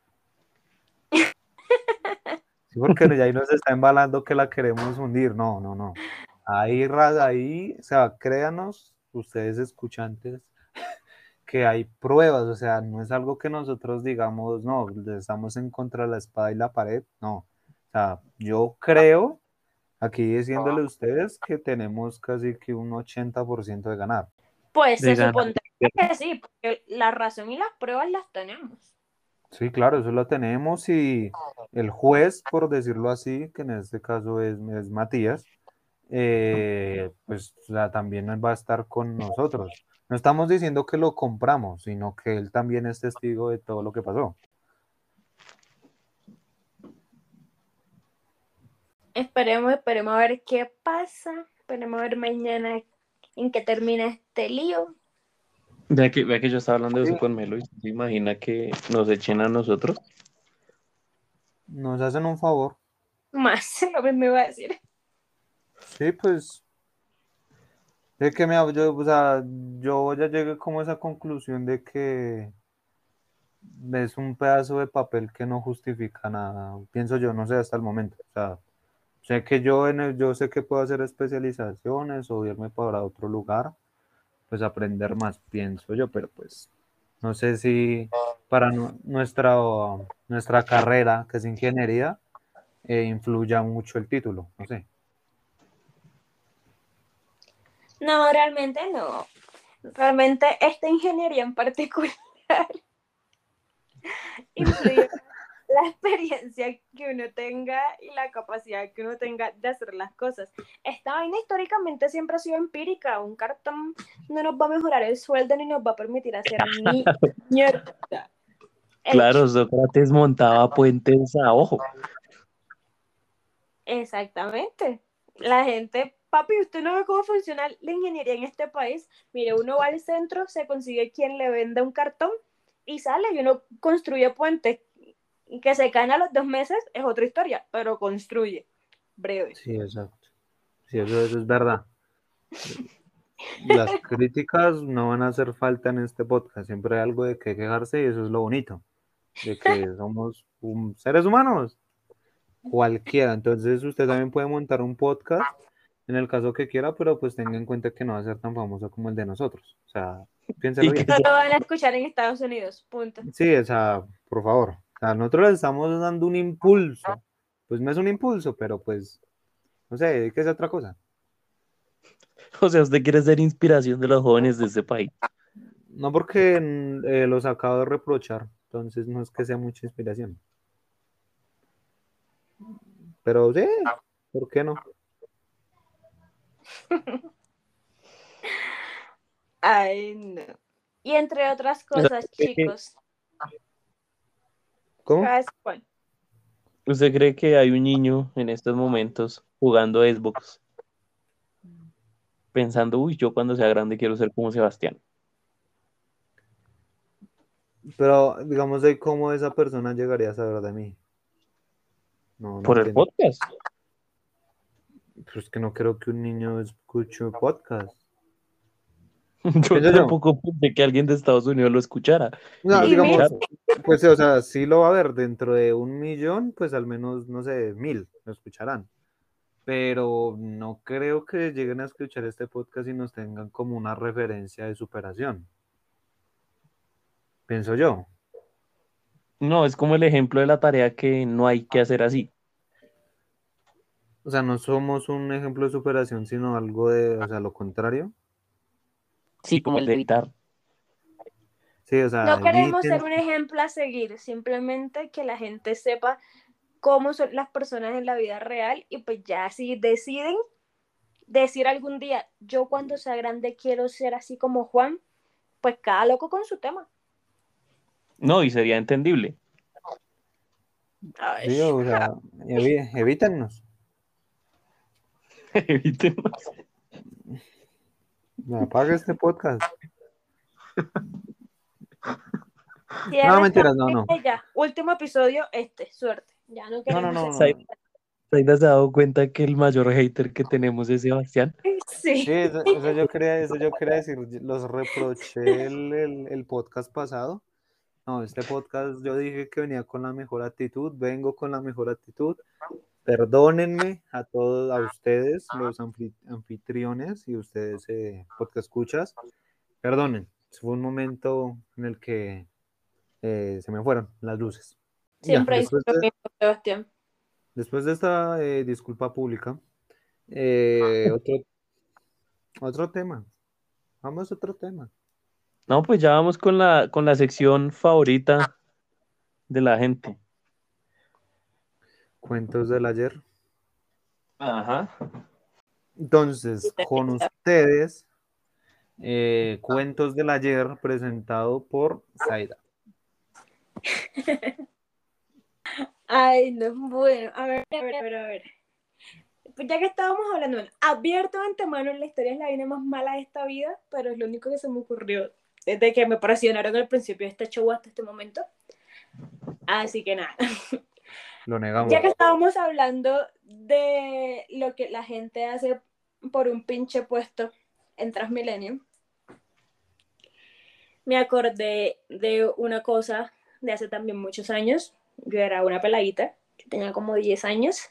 Sí, porque ya ahí nos está embalando que la queremos hundir, no, no, no. Ahí, o sea, créanos, ustedes escuchantes, que hay pruebas, o sea, no es algo que nosotros digamos, no, estamos en contra de la espada y la pared, no. O sea, yo creo, aquí diciéndole a ustedes que tenemos casi que un 80% de ganar. Pues De se ganar. supondría que sí, porque la razón y las pruebas las tenemos. Sí, claro, eso lo tenemos y el juez, por decirlo así, que en este caso es Matías, pues o sea, también va a estar con nosotros. No estamos diciendo que lo compramos, sino que él también es testigo de todo lo que pasó. Esperemos a ver qué pasa. Esperemos a ver mañana en qué termina este lío. Vea que yo estaba hablando de eso con Melo y se imagina que nos echen a nosotros. Nos hacen un favor. Más lo que me iba a decir. Sí, pues, es que yo, o sea, yo ya llegué como a esa conclusión de que es un pedazo de papel que no justifica nada, pienso yo, no sé, hasta el momento. O sea, sé que yo sé que puedo hacer especializaciones o irme para otro lugar, pues aprender más, pienso yo, pero pues no sé si para nuestra carrera, que es ingeniería, influya mucho el título, no sé. No, realmente no. Realmente esta ingeniería en particular influye la experiencia que uno tenga y la capacidad que uno tenga de hacer las cosas. Esta vaina históricamente siempre ha sido empírica. Un cartón no nos va a mejorar el sueldo ni nos va a permitir hacer ni mierda. Claro, Sócrates montaba puentes a ojo. Exactamente. La gente, papi, usted no ve cómo funciona la ingeniería en este país. Mire, uno va al centro, se consigue quien le venda un cartón y sale y uno construye puentes. Y que se caen a los 2 meses es otra historia, pero construye. Breve. Sí, exacto. Sí, eso es verdad. Las críticas no van a hacer falta en este podcast, siempre hay algo de que quejarse y eso es lo bonito, de que somos seres humanos, cualquiera. Entonces usted también puede montar un podcast en el caso que quiera, pero pues tenga en cuenta que no va a ser tan famoso como el de nosotros. O sea, piénselo Y que bien. No lo van a escuchar en Estados Unidos, punto. Sí, o sea, por favor. O sea, nosotros les estamos dando un impulso. Pues no es un impulso, pero pues, no sé, ¿qué es otra cosa? o sea, usted quiere ser inspiración de los jóvenes de este país. No porque los acabo de reprochar, entonces no es que sea mucha inspiración. Pero sí, ¿por qué no? Ay, no. Y entre otras O sea, cosas, chicos, ¿Cómo? ¿sabes cuál? ¿Usted cree que hay un niño en estos momentos jugando Xbox pensando, uy, yo cuando sea grande quiero ser como Sebastián? Pero digamos de cómo esa persona llegaría a saber de mí. No, no Por el entiendo. podcast. Pero es que no creo que un niño escuche podcast. Yo Pienso yo. tampoco pensé que alguien de Estados Unidos lo escuchara y No, lo Y mira, digamos, escuchara. pues o sea, sí lo va a ver dentro de 1 millón, pues al menos, no sé, 1000 lo escucharán. Pero no creo que lleguen a escuchar este podcast y nos tengan como una referencia de superación. Pienso yo. No, es como el ejemplo de la tarea que no hay que hacer así. O sea, no somos un ejemplo de superación, sino algo de, o sea, lo contrario. Sí, como el de editar. Sí, o sea, No queremos eviten. ser un ejemplo a seguir, simplemente que la gente sepa cómo son las personas en la vida real y pues ya si deciden decir algún día, yo cuando sea grande quiero ser así como Juan, pues cada loco con su tema. No, y sería entendible. Ay, Sí, o sea, evítennos. Evitemos. Apaga este podcast. No, cierra esta mentiras, no, no. vaina y ya. Último episodio, suerte. Ya no No, no, queremos no, seguir. no. ¿Te has dado cuenta que el mayor hater que tenemos es Sebastián? Sí, Sí. eso yo quería decir. Los reproché el podcast pasado. No, este podcast yo dije que venía con la mejor actitud, vengo con la mejor actitud. Perdónenme a todos, a ustedes, los anfitriones y ustedes, podcast escuchas. Perdonen, fue un momento en el que se me fueron las luces. Ya, Siempre dice lo mismo, Sebastián. después de esta disculpa pública, otro tema. Vamos a otro tema. No, pues ya vamos con la sección favorita de la gente. Cuentos del ayer. Ajá. Entonces, con ustedes, Cuentos del ayer presentado por Zaida. Ay, no, bueno, a ver. Pues ya que estábamos hablando, bueno, advierto de antemano, la historia es la vaina más mala de esta vida, pero es lo único que se me ocurrió desde que me presionaron al principio de este show hasta este momento. Así que nada. Lo Ya negamos. que estábamos hablando de lo que la gente hace por un pinche puesto en Transmilenio, me acordé de una cosa de hace también muchos años. Yo era una peladita, que tenía como 10 años.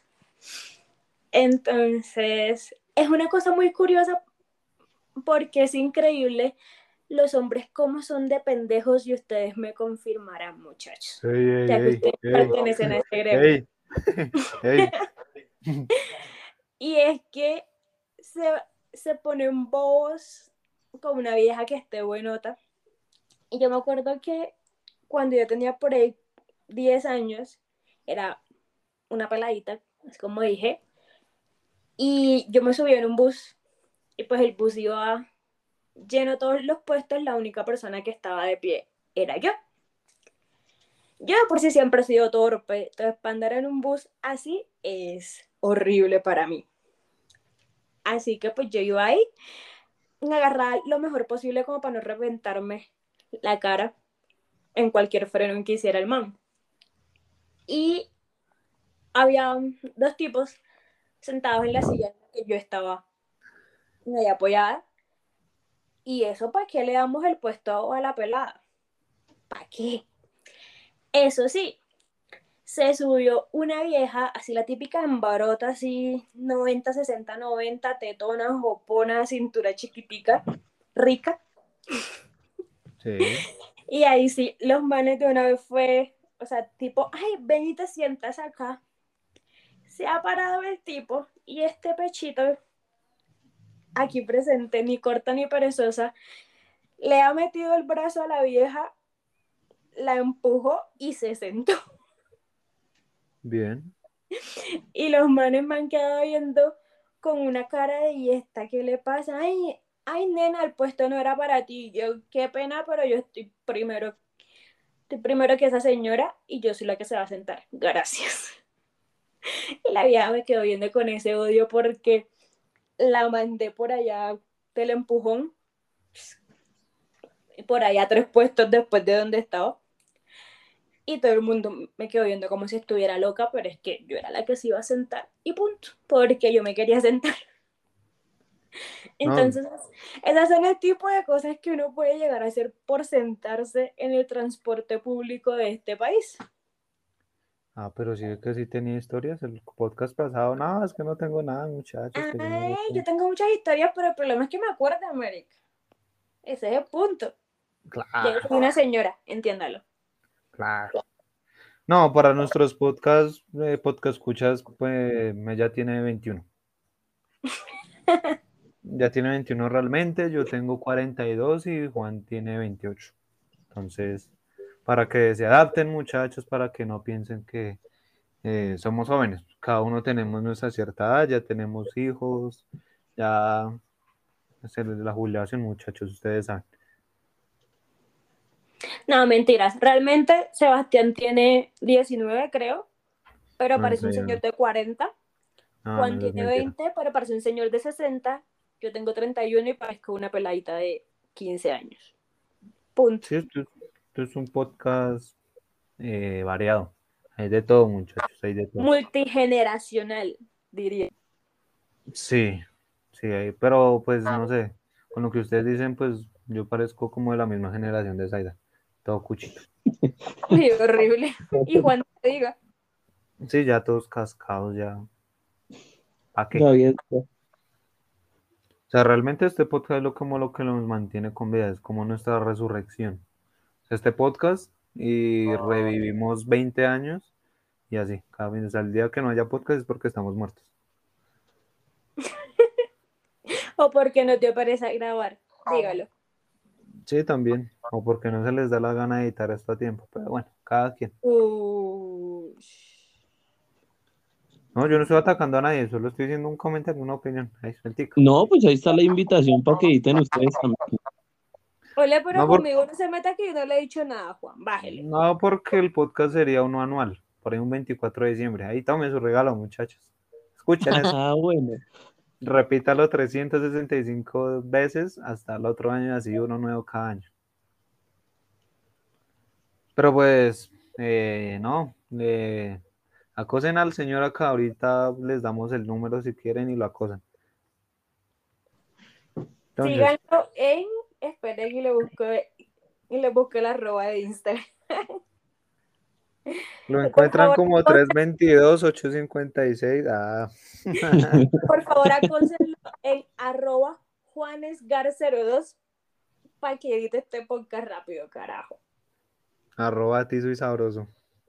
Entonces, es una cosa muy curiosa porque es increíble los hombres como son de pendejos y ustedes me confirmarán, muchachos, Ey, ya que ey, ustedes ey, pertenecen a este gremio. ey, ey, ey. Y es que se ponen bobos con una vieja que esté buenota. Y yo me acuerdo que cuando yo tenía por ahí 10 años, era una peladita, es como dije, y yo me subí en un bus y pues el bus iba lleno todos los puestos, la única persona que estaba de pie era yo. Yo por sí siempre he sido torpe, entonces para andar en un bus así es horrible para mí. Así que pues yo iba ahí, me agarraba lo mejor posible como para no reventarme la cara en cualquier freno en que hiciera el man. Y había dos tipos sentados en la silla en la que yo estaba ahí apoyada. Y eso, ¿para qué le damos el puesto a la pelada? ¿Para qué? Eso sí, se subió una vieja, así la típica embarota, así 90 60 90 tetona, jopona, cintura chiquitica, rica. Sí, Y ahí sí, los manes de una vez fue, o sea, tipo, ay, ven y te sientas acá. Se ha parado el tipo y este pechito aquí presente, ni corta ni perezosa, le ha metido el brazo a la vieja, la empujó y se sentó. bien. Y los manes me han quedado viendo con una cara de, ¿y esta qué le pasa? Ay, ay, nena, el puesto no era para ti. Yo, qué pena, pero yo estoy primero que esa señora y yo soy la que se va a sentar. Gracias. Y la vieja me quedó viendo con ese odio porque la mandé por allá del empujón, por allá 3 puestos después de donde estaba. Y todo el mundo me quedó viendo como si estuviera loca, pero es que yo era la que se iba a sentar y punto, porque yo me quería sentar. No, Entonces, esas son el tipo de cosas que uno puede llegar a hacer por sentarse en el transporte público de este país. pero sí que sí tenía historias. El podcast pasado, no, es que no tengo nada, muchachos, que yo no Ay, lo yo sé. tengo muchas historias, pero el problema es que me acuerdo, América. Ese es el punto. Ya yo Claro, soy una señora, entiéndalo. claro. No, para nuestros podcast escuchas, pues ya tiene 21. ya tiene 21 realmente, yo tengo 42 y Juan tiene 28. Entonces, para que se adapten muchachos, para que no piensen que somos jóvenes. Cada uno tenemos nuestra cierta edad, ya tenemos hijos, ya la jubilación, muchachos, ustedes saben. No, mentiras. Realmente Sebastián tiene 19, creo, pero No es parece un mentira, señor de 40. no, Juan no es tiene mentira. 20, pero parece un señor de 60. Yo tengo 31 y parezco una peladita de 15 años. Punto. Sí, esto es un podcast variado. Hay de todo, muchachos, hay de todo. Multigeneracional, diría. Sí, sí, pero pues no sé, con lo que ustedes dicen, pues yo parezco como de la misma generación de Zaida, todo cuchito. Uy, horrible. Y Juan te diga. Sí, ya todos cascados, ya. ¿Para qué? David, O sea, realmente este podcast es como lo que nos mantiene con vida, es como nuestra resurrección. O sea, este podcast y revivimos 20 años y así, cada vez, o sea, el día que no haya podcast es porque estamos muertos. O porque no te parece grabar. Dígalo. Sí, también, o porque no se les da la gana de editar esto a tiempo, pero bueno, cada quien. No, yo no estoy atacando a nadie, solo estoy diciendo un comentario, una opinión. Ahí sueltica. no, pues ahí está la invitación para que editen ustedes también. Ole, pero No, conmigo no se meta que yo no le he dicho nada, Juan. Bájele. no, porque el podcast sería uno anual, por ahí un 24 de diciembre. Ahí tome su regalo, muchachos. Escuchen eso. Ah, bueno. Repítalo 365 veces hasta el otro año y así uno nuevo cada año. Pero pues, no, acosen al señor acá, ahorita les damos el número si quieren y lo acosan. Entonces, Síganlo en. Esperen y le busco la arroba de Instagram. lo Por encuentran favor, como 322-856. Ah. por favor, acósenlo en arroba juanesgar02 para que edite este podcast rápido, carajo. Arroba ti soy sabroso.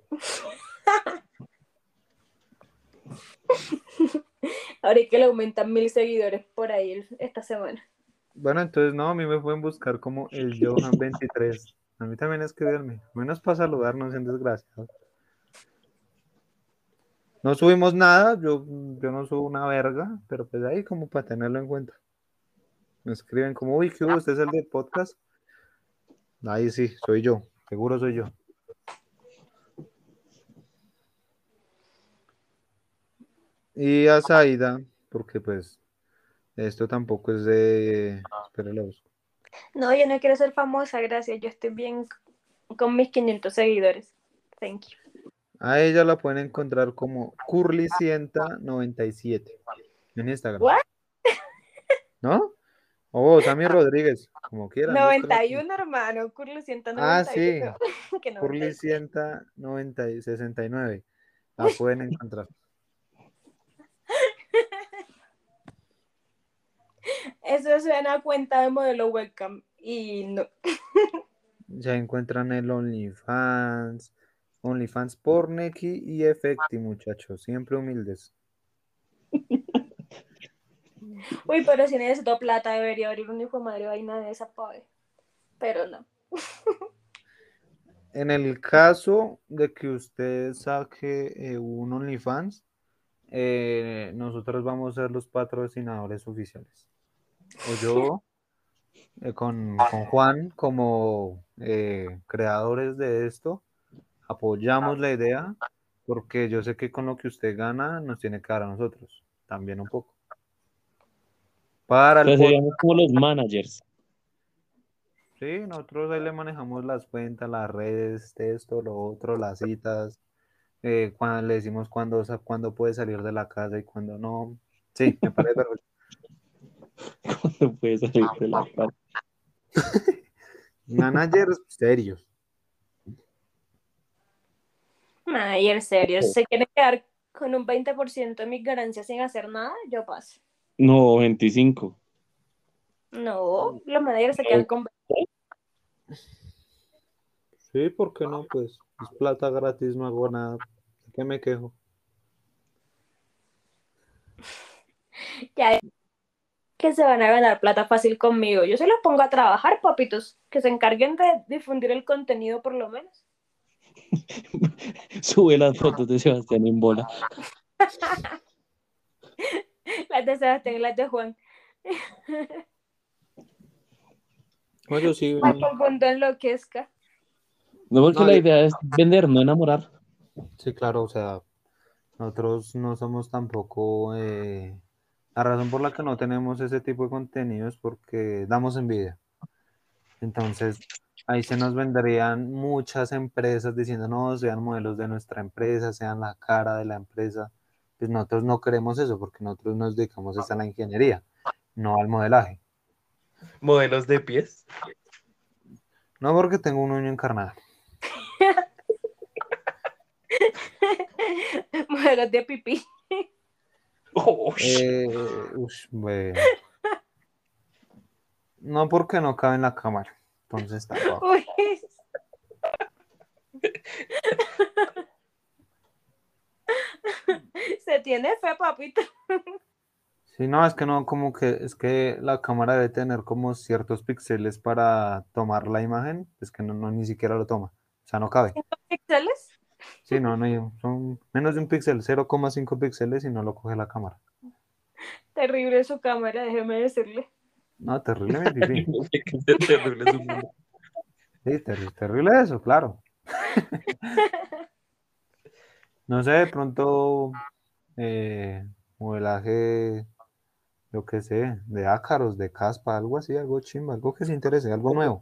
Ahora que le aumentan 1000 seguidores por ahí esta semana. Bueno, entonces no, a mí me pueden buscar como el Johan23. A mí también escribirme, menos para saludarnos en desgraciados. No subimos nada, yo no subo una verga, pero pues ahí como para tenerlo en cuenta. Me escriben como, uy, ¿qué hubo? ¿Usted es el del podcast? Ahí sí, soy yo, seguro soy yo. Y a Zaida, porque pues esto tampoco es de... Espera, lo busco. No, yo no quiero ser famosa, gracias. Yo estoy bien con mis 500 seguidores. Thank you. A ella la pueden encontrar como Curly197 en Instagram. ¿What? ¿No? O Sammy Rodríguez, como quieran, búsquenla. 91, hermano. Curly Ah, sí, 191. Que Curly 97. 69. La pueden encontrar. Eso suena a cuenta de modelo webcam. Y no. Ya encuentran el OnlyFans, OnlyFans por Neki y Efecti, muchachos, siempre humildes. Uy, pero si necesito plata, debería abrir un hijo de madre vaina de esa pobre. Pero no. En el caso de que usted saque un OnlyFans, nosotros vamos a ser los patrocinadores oficiales. O yo, con Juan, como creadores de esto, apoyamos la idea, porque yo sé que con lo que usted gana nos tiene que dar a nosotros, también un poco. Para O el sea, podcast, seríamos como los managers. sí, nosotros ahí le manejamos las cuentas, las redes, esto, lo otro, las citas, cuando le decimos cuándo puede salir de la casa y cuándo no. Sí, me parece perfecto. No puede salir de la casa. Managers serios. Ay, en serio, se quiere quedar con un 20% de mis ganancias sin hacer nada, yo paso. No, 25. No, los managers se quedan con. Sí, ¿por qué no? Pues es plata gratis, no hago nada. ¿De qué me quejo? Ya que se van a ganar plata fácil conmigo. Yo se los pongo a trabajar, papitos, que se encarguen de difundir el contenido por lo menos. Sube las fotos de Sebastián en bola. Las de Sebastián y las de Juan. No, yo sí. Para que el mundo enloquezca. No, porque No, la yo- idea es vender, no enamorar. sí, claro, o sea, nosotros no somos tampoco. La razón por la que no tenemos ese tipo de contenido es porque damos envidia. Entonces, ahí se nos venderían muchas empresas diciendo, no, sean modelos de nuestra empresa, sean la cara de la empresa. Pues nosotros no queremos eso porque nosotros nos dedicamos es a la ingeniería, no al modelaje. Modelos de pies. No porque tengo un uño encarnado. Modelos de pipí. Oh, Bueno. No porque no cabe en la cámara. Entonces tampoco. Uy. Se tiene fe, papito. Sí, no, es que no, como que es que la cámara debe tener como ciertos píxeles para tomar la imagen, es que no, ni siquiera lo toma, o sea, no cabe. ¿Pixeles? Sí, no, son menos de un píxel, 0,5 píxeles y no lo coge la cámara. Terrible su cámara, déjeme decirle. No, terrible mi pipí. no sé qué es terrible su mundo. Sí, terrible eso, claro. No sé, de pronto modelaje, yo qué sé, de ácaros, de caspa, algo así, algo chimba, algo que se interese, algo nuevo.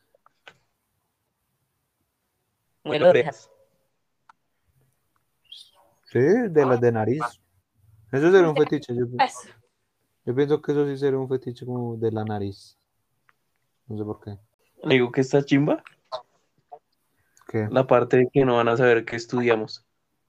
Bueno, orejas. Sí, de las de nariz. Eso sería un fetiche. Eso. Yo pienso que eso sí sería un fetiche como de la nariz. No sé por qué. Le digo que está chimba. ¿Qué? La parte de que no van a saber qué estudiamos.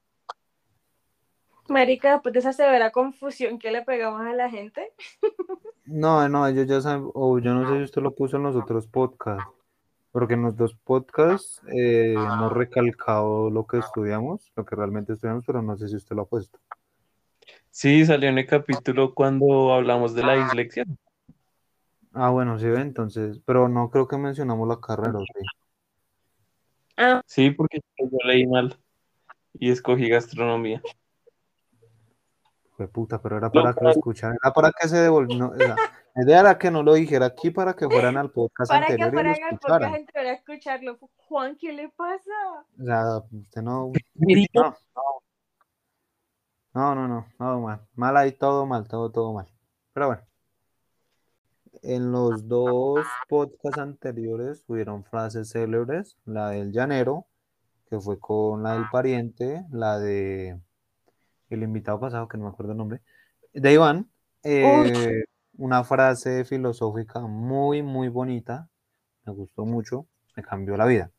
Marica, después de esa severa confusión que le pegamos a la gente. No, no, ellos ya saben, o yo no sé si usted lo puso en los otros podcasts, porque en los dos podcasts hemos recalcado lo que estudiamos, lo que realmente estudiamos, pero no sé si usted lo ha puesto. Sí, salió en el capítulo cuando hablamos de la dislexia. Ah, bueno, sí ve, entonces, pero no creo que mencionamos la carrera, ¿o sí? Ah, Sí, porque yo leí mal y escogí gastronomía. Fue puta, pero era Lo para que lo cual, escucharan, era para que se devolvieran. No, o sea, la idea era que no lo dijera aquí para que fueran al podcast para que anterior y lo fueran al podcast escucharan. anterior a escucharlo. Juan, ¿qué le pasa? O sea, usted no, Mérito. no, no, todo mal. Mal ahí, todo mal, todo mal. Pero bueno, en los dos podcasts anteriores hubieron frases célebres, la del llanero, que fue con la del pariente, la de el invitado pasado, que no me acuerdo el nombre, de Iván, Uy, una frase filosófica muy, muy bonita, me gustó mucho, me cambió la vida.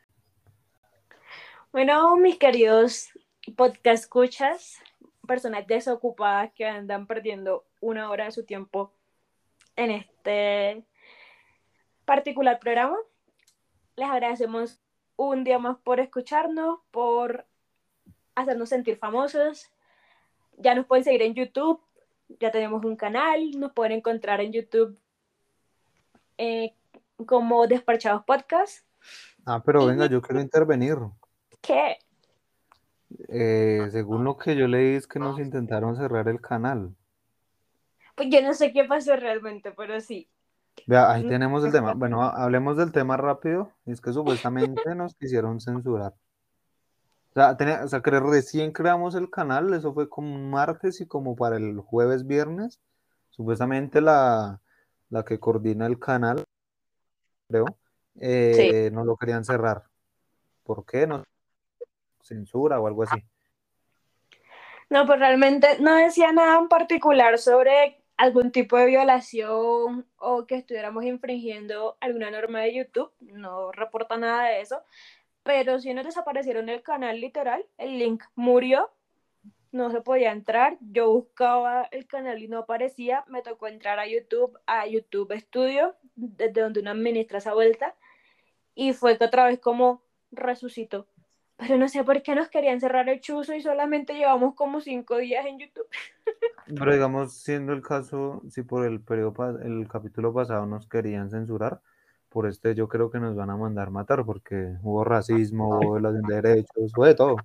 bueno, mis queridos podcast escuchas, personas desocupadas que andan perdiendo una hora de su tiempo en este particular programa, les agradecemos un día más por escucharnos, por hacernos sentir famosos. Ya nos pueden seguir en YouTube, ya tenemos un canal, nos pueden encontrar en YouTube eh, como Desparchados Podcast. Ah, pero venga, ¿Y yo quiero intervenir. qué? Según lo que yo leí es que nos intentaron cerrar el canal. Pues yo no sé qué pasó realmente, pero sí. Vea, ahí tenemos el tema. Bueno, hablemos del tema rápido. Es que supuestamente nos quisieron censurar. O sea, recién creamos el canal, eso fue como un martes y como para el jueves, viernes. Supuestamente la que coordina el canal, creo, Sí. no lo querían cerrar. ¿Por qué? No, censura o algo así. No, pues realmente no decía nada en particular sobre algún tipo de violación o que estuviéramos infringiendo alguna norma de YouTube. No reporta nada de eso. Pero sí nos desaparecieron el canal literal. El link murió. No se podía entrar. Yo buscaba el canal y no aparecía. Me tocó entrar a YouTube Studio, desde donde uno administra esa vuelta. Y fue que otra vez como resucitó. Pero no sé por qué nos querían cerrar el chuzo y solamente llevamos como 5 días en YouTube. Pero digamos, siendo el caso, si por el el capítulo pasado nos querían censurar, por este yo creo que nos van a mandar matar porque hubo racismo, hubo violación de derechos, fue de todo.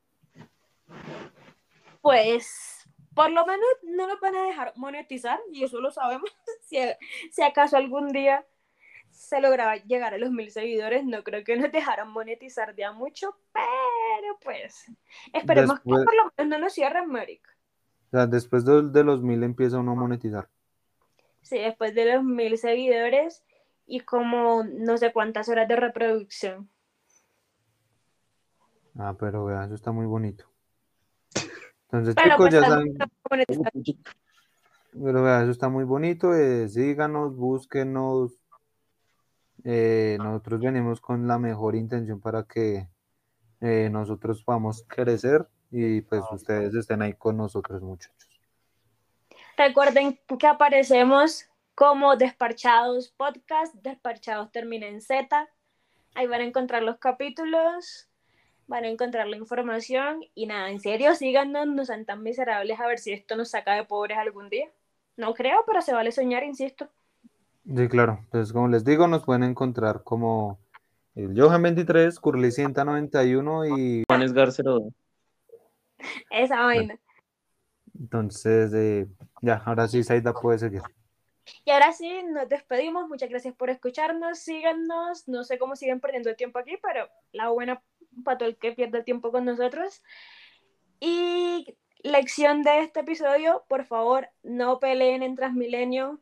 Pues por lo menos no nos van a dejar monetizar y eso lo sabemos. Si acaso algún día se lograba llegar a los 1000 seguidores, no creo que nos dejaran monetizar de a mucho, pero pues esperemos que Después, por lo menos no nos cierren, marica. o sea, después de los 1000 empieza uno a monetizar. Sí, después de los 1000 seguidores y como no sé cuántas horas de reproducción. Ah, pero vea, eso está muy bonito. Entonces, Pero chicos, pues ya también saben, no monetizar. pero vea, eso está muy bonito. Síganos, búsquenos. Nosotros venimos con la mejor intención para que nosotros podamos crecer y pues ustedes estén ahí con nosotros, muchachos. Recuerden que aparecemos como Desparchados Podcast, Desparchados termina en Z. Ahí van a encontrar los capítulos, van a encontrar la información y nada, en serio, síganos, no sean tan miserables a ver si esto nos saca de pobres algún día. No creo, pero se vale soñar, insisto. Sí, claro. Entonces, como les digo, nos pueden encontrar como el Johan 23, Curly 191 y Juan Esgarcero. Esa bueno, vaina. entonces ya, ahora sí, Saida puede seguir. Y ahora sí, nos despedimos. Muchas gracias por escucharnos. Síganos. No sé cómo siguen perdiendo el tiempo aquí, pero la buena para todo el que pierde el tiempo con nosotros. Y lección de este episodio, por favor, no peleen en Transmilenio,